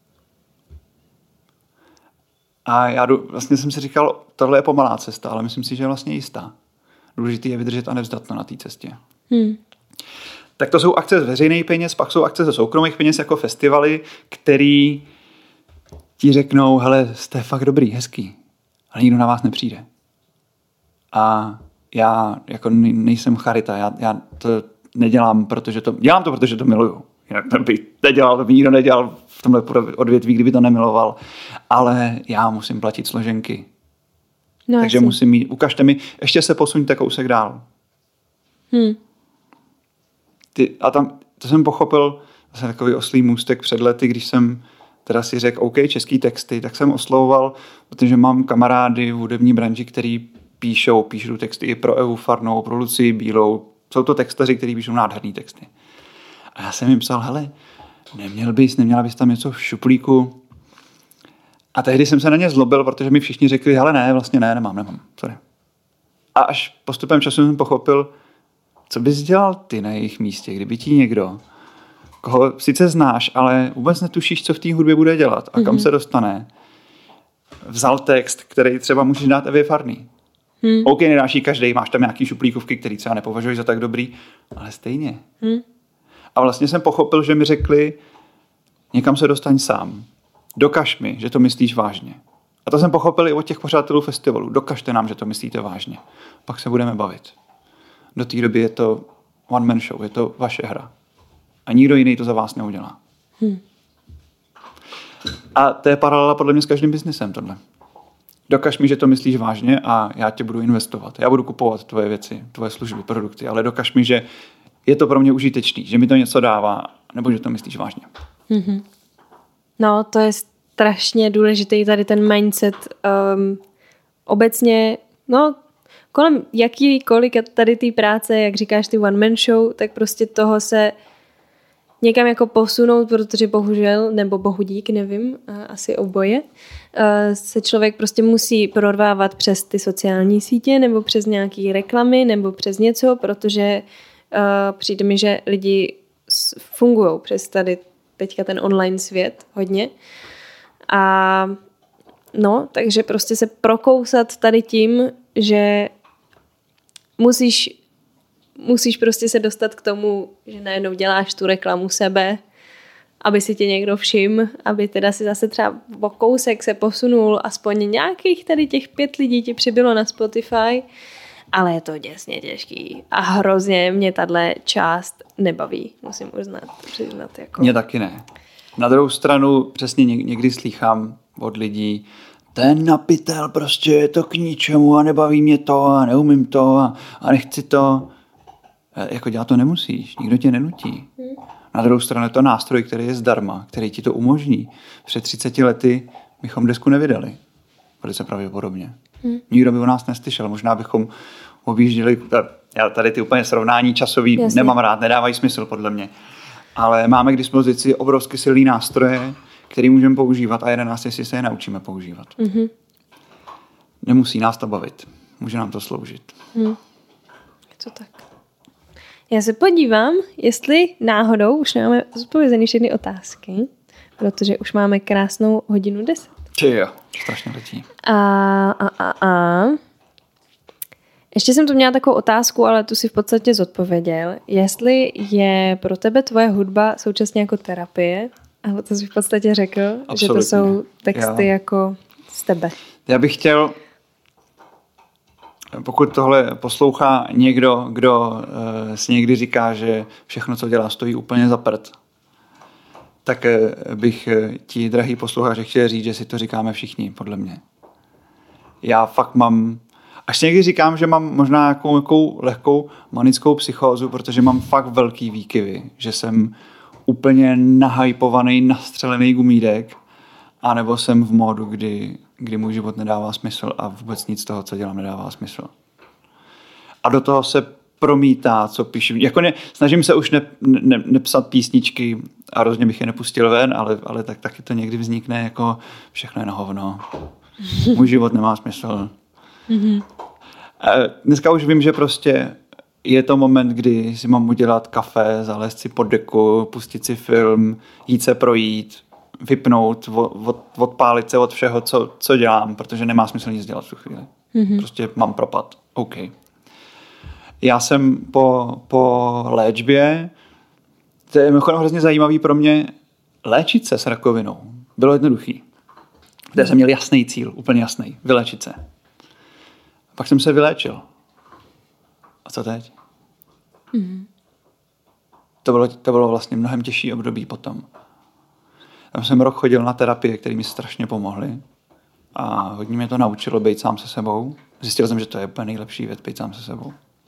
A já vlastně jsem si říkal, tohle je pomalá cesta, ale myslím si, že je vlastně jistá. Důležitý je vydržet a nevzdat to na té cestě. Tak to jsou akce z veřejných peněz, pak jsou akce ze soukromých peněz jako festivaly, který ti řeknou, hele, jste fakt dobrý, hezký, ale nikdo na vás nepřijde. A já jako nejsem charita, já to nedělám, dělám to, protože to miluju. Jinak to bych nedělal, to by nikdo nedělal v tomhle odvětví, kdyby to nemiloval. Ale já musím platit složenky. No, takže musím mít, ukažte mi, ještě se posuňte kousek dál. A tam, to jsem pochopil, zase takový oslý můstek před lety, když jsem teda si řekl, OK, český texty, tak jsem oslovoval, protože mám kamarády v hudební branži, který píšou texty i pro Evu Farnou, pro Lucii Bílou. Jsou to textaři, kteří píšou nádherný texty. A já jsem jim psal, hele, neměla bys tam něco v šuplíku. A tehdy jsem se na ně zlobil, protože mi všichni řekli, hele, ne, vlastně ne, nemám, sorry. A až postupem času jsem pochopil, co bys dělal ty na jejich místě, kdyby ti někdo, koho sice znáš, ale vůbec netušíš, co v té hudbě bude dělat a kam se dostane, vzal text, který třeba můžeš dát Evě Farný. OK, nedáš jí každej, máš tam nějaký šuplíkovky, který třeba nepovažuješ za tak dobrý, ale stejně. A vlastně jsem pochopil, že mi řekli, někam se dostaň sám. Dokaž mi, že to myslíš vážně. A to jsem pochopil i od těch pořadatelů festivalu. Dokažte nám, že to myslíte vážně. Pak se budeme bavit. Do té doby je to one man show, je to vaše hra. A nikdo jiný to za vás neudělá. A to je paralela podle mě s každým biznesem tohle. Dokaž mi, že to myslíš vážně a já tě budu investovat. Já budu kupovat tvoje věci, tvoje služby, produkty, ale dokaž mi, že je to pro mě užitečný, že mi to něco dává, nebo že to myslíš vážně. No, to je strašně důležitý tady ten mindset. Obecně, no, kolem jakýkoliv tady té práce, jak říkáš, ty one man show, tak prostě toho se někam jako posunout, protože bohužel, nebo bohudík, nevím, asi oboje, se člověk prostě musí prorvávat přes ty sociální sítě, nebo přes nějaký reklamy, nebo přes něco, protože přijde mi, že lidi fungují přes tady teďka ten online svět hodně. A no, takže prostě se prokousat tady tím, že musíš prostě se dostat k tomu, že najednou děláš tu reklamu sebe, aby si tě někdo všiml, aby teda si zase třeba o kousek se posunul, aspoň nějakých tady těch 5 lidí ti přibylo na Spotify ale je to děsně těžký a hrozně mě tahle část nebaví, musím přiznat. Jako. Mě taky ne. Na druhou stranu přesně někdy slýchám od lidí, ten napitel prostě je to k ničemu a nebaví mě to a neumím to a nechci to. Jako dělat to nemusíš, nikdo tě nenutí. Na druhou stranu je to nástroj, který je zdarma, který ti to umožní. Před 30 lety bychom desku nevydali. Velice pravděpodobně. Nikdo by o nás neslyšel. Možná bychom objížděli, já tady ty úplně srovnání časový nemám rád, nedávají smysl podle mě. Ale máme k dispozici obrovsky silný nástroje, který můžeme používat a jeden nás, jestli se je naučíme používat. Nemusí nás to bavit. Může nám to sloužit. Je to tak. Já se podívám, jestli náhodou už nemáme zodpovězený všechny otázky, protože už máme krásnou 1:10. Jo, strašně letí. Ještě jsem tu měla takovou otázku, ale tu si v podstatě zodpověděl. Jestli je pro tebe tvoje hudba současně jako terapie, ale to jsi v podstatě řekl, absolutně. Že to jsou texty jako z tebe. Já bych chtěl, pokud tohle poslouchá někdo, kdo si někdy říká, že všechno, co dělá, stojí úplně za prd, tak bych ti, drahý posluchači, chtěl říct, že si to říkáme všichni, podle mě. Já fakt mám, až si někdy říkám, že mám možná nějakou lehkou manickou psychózu, protože mám fakt velký výkyvy, že jsem úplně nahypovaný, nastřelený gumídek, anebo jsem v módu, kdy můj život nedává smysl a vůbec nic z toho, co dělám, nedává smysl. A do toho se promítá, co píšu. Jako snažím se už nepsat písničky a hrozně bych je nepustil ven, ale taky to někdy vznikne jako všechno je na hovno. Můj život nemá smysl. Dneska už vím, že prostě je to moment, kdy si mám udělat kafe, zalézt si pod deku, pustit si film, jít se projít, vypnout, odpálit se od všeho, co dělám, protože nemá smysl nic dělat v tu chvíli. Prostě mám propad. OK. Já jsem po léčbě, to je hrozně zajímavý pro mě, léčit se s rakovinou bylo jednoduchý. Kde jsem měl jasný cíl, úplně jasný, vyléčit se. Pak jsem se vyléčil. A co teď? To bylo vlastně mnohem těžší období potom. Tam jsem rok chodil na terapie, které mi strašně pomohly. A hodně mě to naučilo být sám se sebou. Zjistil jsem, že to je úplně nejlepší věc, být sám se sebou.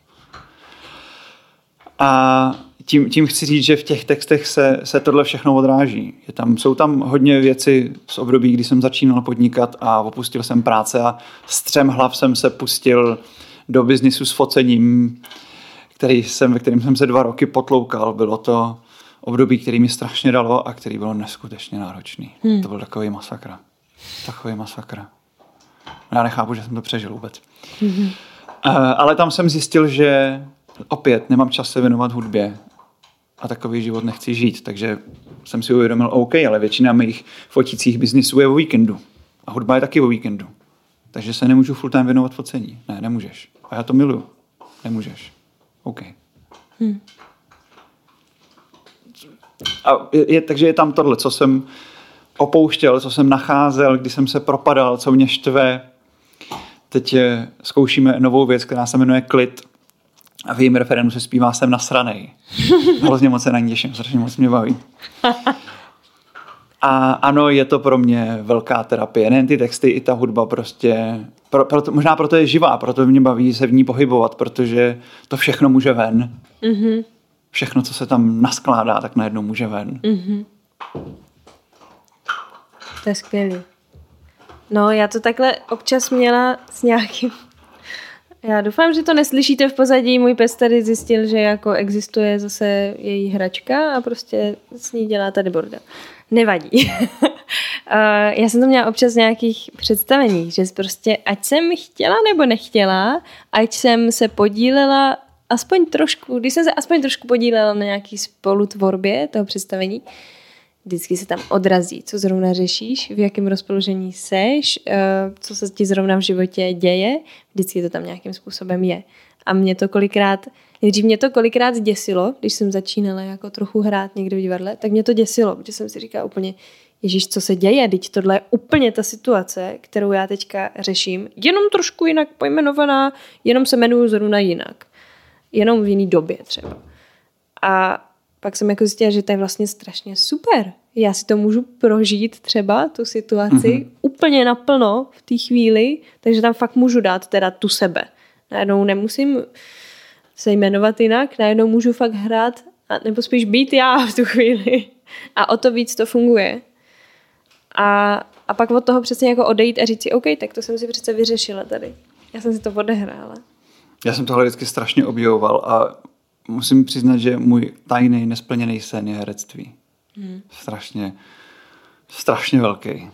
A tím chci říct, že v těch textech se tohle všechno odráží. Jsou tam hodně věci z období, kdy jsem začínal podnikat a opustil jsem práce a střemhlav jsem se pustil do biznisu s focením, ve kterým jsem se 2 roky potloukal. Bylo to období, který mi strašně dalo a který bylo neskutečně náročný. To byl takový masakr. Já nechápu, že jsem to přežil vůbec. Ale tam jsem zjistil, že opět nemám čas se věnovat hudbě a takový život nechci žít, takže jsem si uvědomil, OK, ale většina mých fotících biznisů je o víkendu a hudba je taky o víkendu. Takže se nemůžu full time věnovat focení. Ne, nemůžeš. A já to miluju. Nemůžeš. OK. Takže je tam tohle, co jsem opouštěl, co jsem nacházel, kdy jsem se propadal, co mě štve. Teď zkoušíme novou věc, která se jmenuje Klid. A v jejím referendu se zpívá Jsem nasranej. Hrozně moc se na ní těším, strašně moc mě baví. A ano, je to pro mě velká terapie. Nejen ty texty, i ta hudba prostě. Možná proto je živá, proto mě baví se v ní pohybovat, protože to všechno může ven. Všechno, co se tam naskládá, tak najednou může ven. To je skvělý. No, já to takhle občas měla s nějakým... Já doufám, že to neslyšíte v pozadí. Můj pes tady zjistil, že jako existuje zase její hračka a prostě s ní dělá tady bordel. Nevadí. Já jsem to měla občas v nějakých představeních, že prostě ať jsem chtěla nebo nechtěla, ať jsem se podílela aspoň trošku, když jsem se aspoň trošku podílela na nějaký spolutvorbě toho představení, vždycky se tam odrazí, co zrovna řešíš, v jakém rozpoložení seš, co se ti zrovna v životě děje, vždycky to tam nějakým způsobem je. A nejdřív mě to kolikrát zděsilo, když jsem začínala jako trochu hrát někde v divadle, tak mě to děsilo, protože jsem si říkala úplně, Ježíš, co se děje? Teď tohle je úplně ta situace, kterou já teďka řeším. Jenom trošku jinak pojmenovaná, jenom se jmenuju zrovna jinak. Jenom v jiný době třeba. A pak jsem jako zjistila, že to je vlastně strašně super. Já si to můžu prožít třeba, tu situaci, úplně naplno v té chvíli, takže tam fakt můžu dát teda tu sebe. Najednou nemusím se jmenovat jinak, najednou můžu fakt hrát, nebo spíš být já v tu chvíli. A o to víc to funguje. A pak od toho přesně jako odejít a říct si, OK, tak to jsem si přece vyřešila tady. Já jsem si to odehrála. Já jsem tohle vždycky strašně objevoval a musím přiznat, že můj tajný nesplněný sen je herectví. Strašně velký.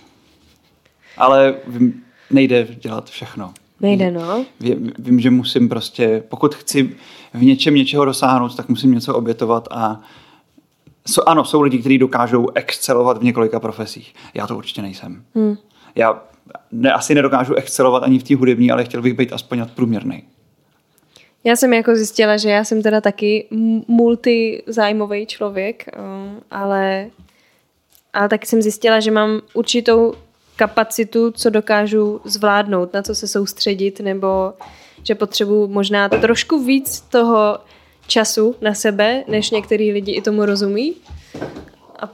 Ale nejde dělat všechno. Nejde, no. Vím, že musím prostě, pokud chci v něčem něčeho dosáhnout, tak musím něco obětovat a ano, jsou lidi, kteří dokážou excelovat v několika profesích. Já to určitě nejsem. Já asi nedokážu excelovat ani v té hudební, ale chtěl bych být aspoň nadprůměrný. Já jsem jako zjistila, že já jsem teda taky multizájmový člověk, ale taky jsem zjistila, že mám určitou kapacitu, co dokážu zvládnout, na co se soustředit, nebo že potřebuji možná trošku víc toho času na sebe, než některý lidi i tomu rozumí. A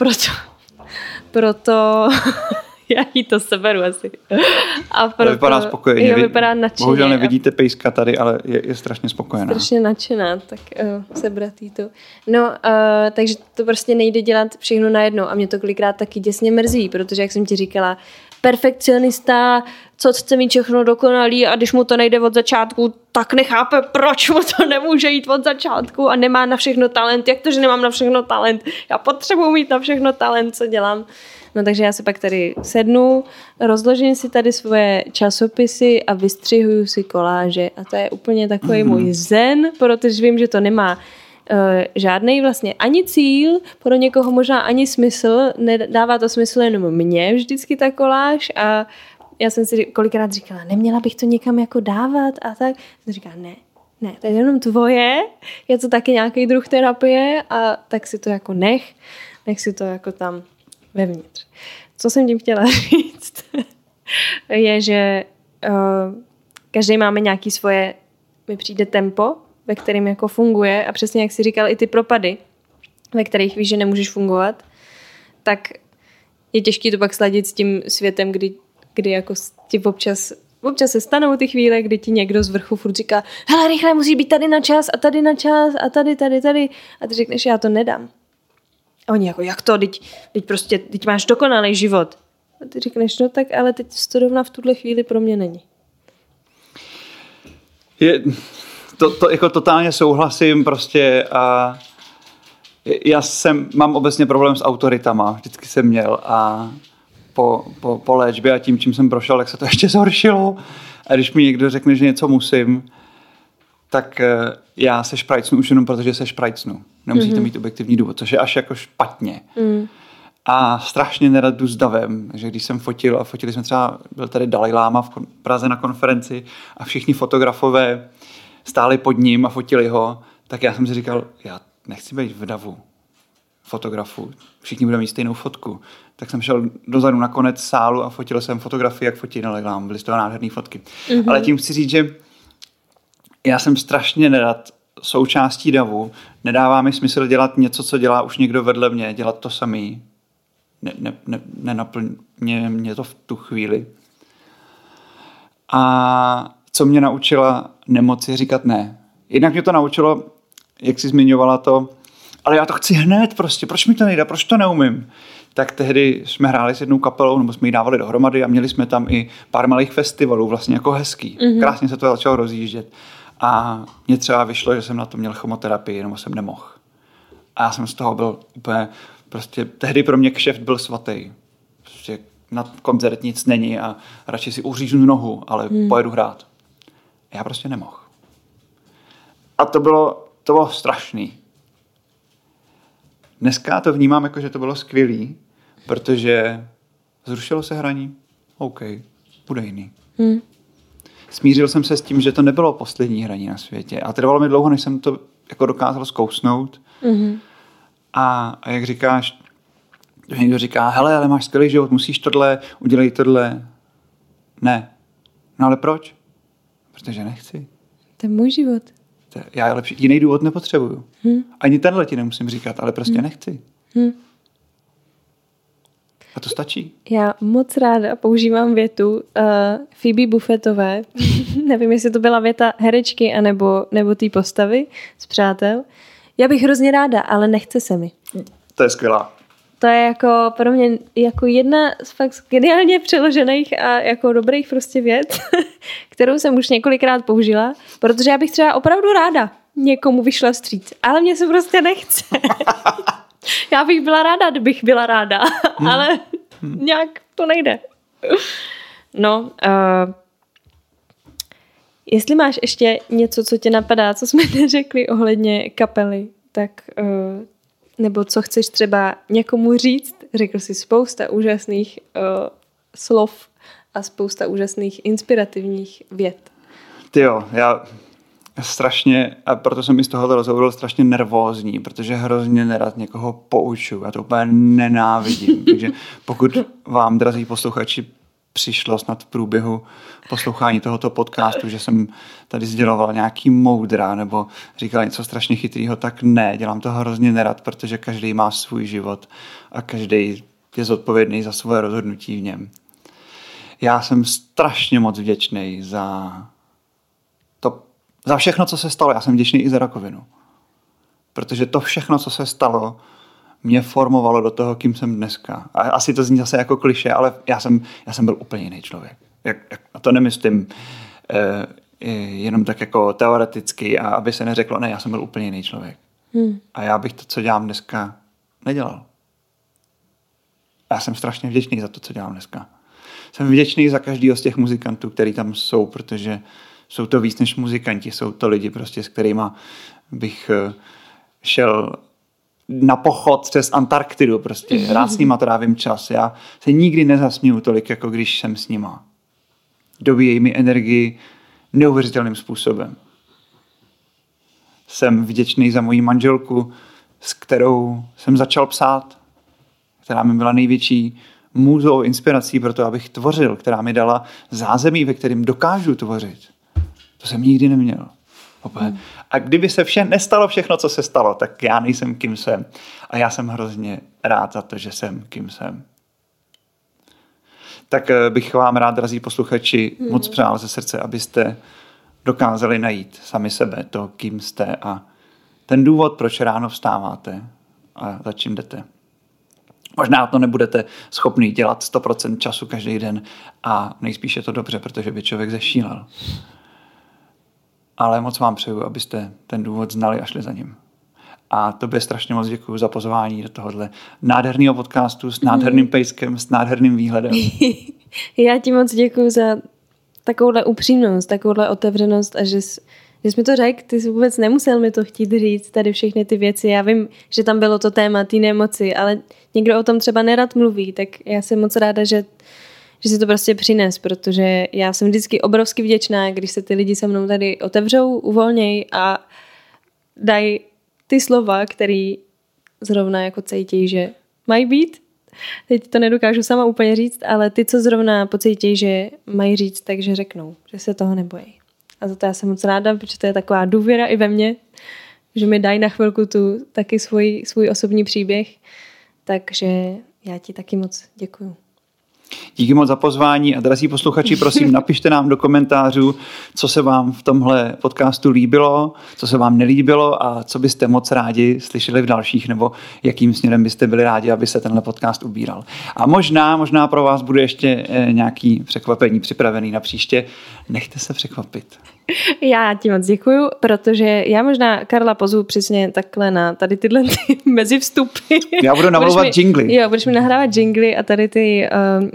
proto já jí to seberu asi. A proto, vypadá spokojeně. Vypadá nadšeně. Bohužel nevidíte pejska tady, ale je strašně spokojená. Strašně nadšená, tak sebrat jí to. No, takže to prostě nejde dělat všechno najednou a mě to kolikrát taky děsně mrzí, protože jak jsem ti říkala, perfekcionista, co chce mít všechno dokonalý a když mu to nejde od začátku, tak nechápe, proč mu to nemůže jít od začátku a nemá na všechno talent. Jak to, že nemám na všechno talent? Já potřebuji mít na všechno talent, co dělám. No takže já se pak tady sednu, rozložím si tady svoje časopisy a vystřihuju si koláže a to je úplně takový můj zen, protože vím, že to nemá žádnej vlastně ani cíl, pro někoho možná ani smysl, nedává to smysl jenom mně vždycky ta koláž a já jsem si kolikrát říkala, neměla bych to někam jako dávat a tak. Jsem říkala, ne, to je jenom tvoje, je to taky nějaký druh terapie a tak si to jako nech si to jako tam vevnitř. Co jsem tím chtěla říct, je, že každý máme nějaký svoje, mi přijde tempo, ve kterém jako funguje a přesně jak jsi říkal, i ty propady, ve kterých víš, že nemůžeš fungovat, tak je těžké to pak sladit s tím světem, kdy jako ti občas se stanou ty chvíle, kdy ti někdo z vrchu furt říká, hele, rychle, musíš být tady na čas a tady na čas a tady. A ty řekneš, já to nedám. A oni jako, jak to? Teď máš dokonalý život. A ty řekneš, no tak, ale teď studovna v tuhle chvíli pro mě není. To jako totálně souhlasím prostě a já mám obecně problém s autoritama, vždycky jsem měl a po léčbě a tím, čím jsem prošel, tak se to ještě zhoršilo a když mi někdo řekne, že něco musím, tak já se šprajcnu už jenom protože se šprajcnu. Nemusíte mít objektivní důvod, což je až jako špatně. A strašně nerad jdu s davem, že když jsem fotil a fotili jsme třeba, byl tady Dalaj Láma v Praze na konferenci a všichni fotografové stáli pod ním a fotili ho, tak já jsem si říkal, já nechci být v davu fotografu, všichni budeme mít stejnou fotku. Tak jsem šel dozadu na konec sálu a fotil jsem fotografii, jak fotí Dalaj Láma, byly z toho nádherné fotky. Ale tím chci říct, že já jsem strašně nerad součástí davu, nedává mi smysl dělat něco, co dělá už někdo vedle mě, dělat to samý. Nenaplňuje mě to v tu chvíli. A co mě naučila nemoci říkat ne. Jednak mě to naučilo, jak jsi zmiňovala to, ale já to chci hned prostě, proč mi to nejde, proč to neumím. Tak tehdy jsme hráli s jednou kapelou, nebo jsme ji dávali dohromady a měli jsme tam i pár malých festivalů, vlastně jako hezký. Krásně se to začalo rozjíždět. A mně třeba vyšlo, že jsem na to měl chemoterapii, nebo jsem nemohl. A já jsem z toho byl úplně, prostě tehdy pro mě kšeft byl svatý. Prostě na koncert nic není a radši si uříznu nohu, ale pojedu hrát. Já prostě nemohl. A to bylo strašný. Dneska to vnímám jako, že to bylo skvělý, protože zrušilo se hraní. OK, bude jiný. Smířil jsem se s tím, že to nebylo poslední hraní na světě. A trvalo mi dlouho, než jsem to jako dokázal zkousnout. A jak říkáš, Když někdo říká, hele, ale máš skvělý život, musíš tohle, udělej tohle. Ne. No ale proč? Protože nechci. To je můj život. Já lepší, jiný důvod nepotřebuju. Ani tenhle ti nemusím říkat, ale prostě nechci. A to stačí. Já moc ráda používám větu Phoebe Buffettové. Nevím, jestli to byla věta herečky nebo té postavy z Přátel. Já bych hrozně ráda, ale nechce se mi. To je skvělá. To je jako pro mě jako jedna z fakt geniálně přeložených a jako dobrých prostě vět, kterou jsem už několikrát použila, protože já bych třeba opravdu ráda někomu vyšla vstříc, ale mě se prostě nechce. Já bych byla ráda, kdybych byla ráda, ale nějak to nejde. No, jestli máš ještě něco, co tě napadá, co jsme neřekli ohledně kapely, tak nebo co chceš třeba někomu říct, řekl jsi spousta úžasných slov a spousta úžasných inspirativních vět. Tyjo, já strašně, a proto jsem i z tohoto rozhovoru strašně nervózní, protože hrozně nerad někoho poučuju. Já to úplně nenávidím. Takže pokud vám, drazí posluchači, přišlo snad v průběhu poslouchání tohoto podcastu, že jsem tady sděloval nějaký moudra nebo říkal něco strašně chytrýho, tak ne, dělám to hrozně nerad, protože každý má svůj život a každý je zodpovědný za svoje rozhodnutí v něm. Já jsem strašně moc vděčný za všechno, co se stalo. Já jsem vděčný i za rakovinu. Protože to všechno, co se stalo, mě formovalo do toho, kým jsem dneska. A asi to zní zase jako klišé, ale já jsem byl úplně jiný člověk. A to nemyslím jenom tak jako teoreticky, a aby se neřeklo, ne, já jsem byl úplně jiný člověk. A já bych to, co dělám dneska, nedělal. A já jsem strašně vděčný za to, co dělám dneska. Jsem vděčný za každýho z těch muzikantů, který tam jsou, protože jsou to víc než muzikanti, jsou to lidi prostě, s kterými bych šel na pochod přes Antarktidu prostě. Rád s nima trávím čas. Já se nikdy nezasměju tolik, jako když jsem s nima. Dobíjejí mi energii neuvěřitelným způsobem. Jsem vděčný za moji manželku, s kterou jsem začal psát, která mi byla největší můzou, inspirací pro to, abych tvořil, která mi dala zázemí, ve kterém dokážu tvořit. To jsem nikdy neměl. A kdyby se nestalo všechno, co se stalo, tak já nejsem, kým jsem. A já jsem hrozně rád za to, že jsem, kým jsem. Tak bych vám rád, drazí posluchači, moc přál ze srdce, abyste dokázali najít sami sebe, to, kým jste a ten důvod, proč ráno vstáváte a za čím jdete. Možná to nebudete schopný dělat 100% času každý den a nejspíš je to dobře, protože by člověk zešílel. Ale moc vám přeju, abyste ten důvod znali a šli za ním. A tobě strašně moc děkuju za pozvání do tohohle nádherného podcastu s nádherným pejskem, s nádherným výhledem. Já ti moc děkuju za takovouhle upřímnost, takovouhle otevřenost a že jsi mi to řekl, ty jsi vůbec nemusel mi to chtít říct, tady všechny ty věci. Já vím, že tam bylo to téma, ty nemoci, ale někdo o tom třeba nerad mluví, tak já jsem moc ráda, že si to prostě přines, protože já jsem vždycky obrovsky vděčná, když se ty lidi se mnou tady otevřou, uvolněj a dají ty slova, které zrovna jako cítí, že mají být. Teď to nedokážu sama úplně říct, ale ty, co zrovna pocítí, že mají říct, takže řeknou, že se toho nebojí. A za to já jsem moc ráda, protože to je taková důvěra i ve mně, že mi dají na chvilku tu taky svůj osobní příběh. Takže já ti taky moc děkuju. Díky moc za pozvání a drazí posluchači, prosím, napište nám do komentářů, co se vám v tomhle podcastu líbilo, co se vám nelíbilo a co byste moc rádi slyšeli v dalších, nebo jakým směrem byste byli rádi, aby se tenhle podcast ubíral. A možná pro vás bude ještě nějaký překvapení připravený na příště. Nechte se překvapit. Já ti moc děkuju, protože já možná Karla pozvu přesně takhle na tady tyhle mezivstupy. Já budu namlouvat džingly. Jo, budeš mi nahrávat džingly a tady ty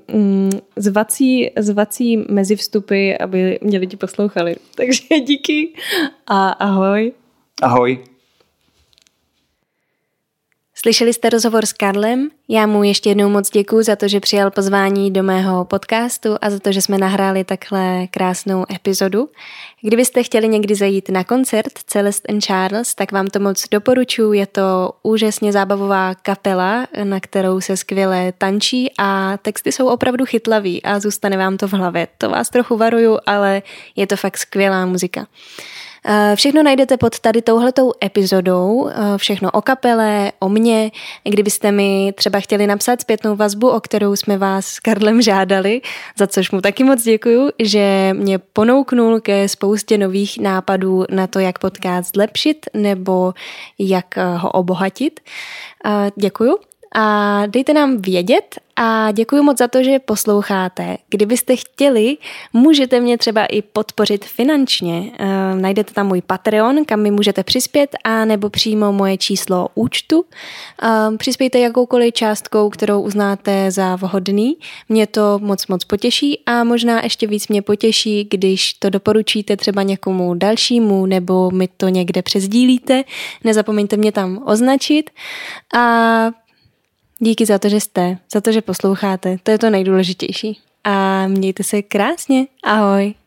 zvací mezivstupy, aby mě lidi poslouchali. Takže díky a ahoj. Ahoj. Slyšeli jste rozhovor s Karlem? Já mu ještě jednou moc děkuju za to, že přijal pozvání do mého podcastu a za to, že jsme nahráli takhle krásnou epizodu. Kdybyste chtěli někdy zajít na koncert Celeste and Charles, tak vám to moc doporučuji. Je to úžasně zábavová kapela, na kterou se skvěle tančí a texty jsou opravdu chytlavý a zůstane vám to v hlavě. To vás trochu varuju, ale je to fakt skvělá muzika. Všechno najdete pod tady touhletou epizodou, všechno o kapele, o mně. Kdybyste mi třeba chtěli napsat zpětnou vazbu, o kterou jsme vás s Karlem žádali, za což mu taky moc děkuju, že mě ponouknul ke spoustě nových nápadů na to, jak podcast zlepšit nebo jak ho obohatit. Děkuju. A dejte nám vědět a děkuji moc za to, že posloucháte. Kdybyste chtěli, můžete mě třeba i podpořit finančně. Najdete tam můj Patreon, kam mi můžete přispět, a nebo přímo moje číslo účtu. Přispějte jakoukoliv částkou, kterou uznáte za vhodný. Mě to moc potěší a možná ještě víc mě potěší, když to doporučíte třeba někomu dalšímu nebo mi to někde přesdílíte. Nezapomeňte mě tam označit a díky za to, že jste, za to, že posloucháte. To je to nejdůležitější. A mějte se krásně. Ahoj.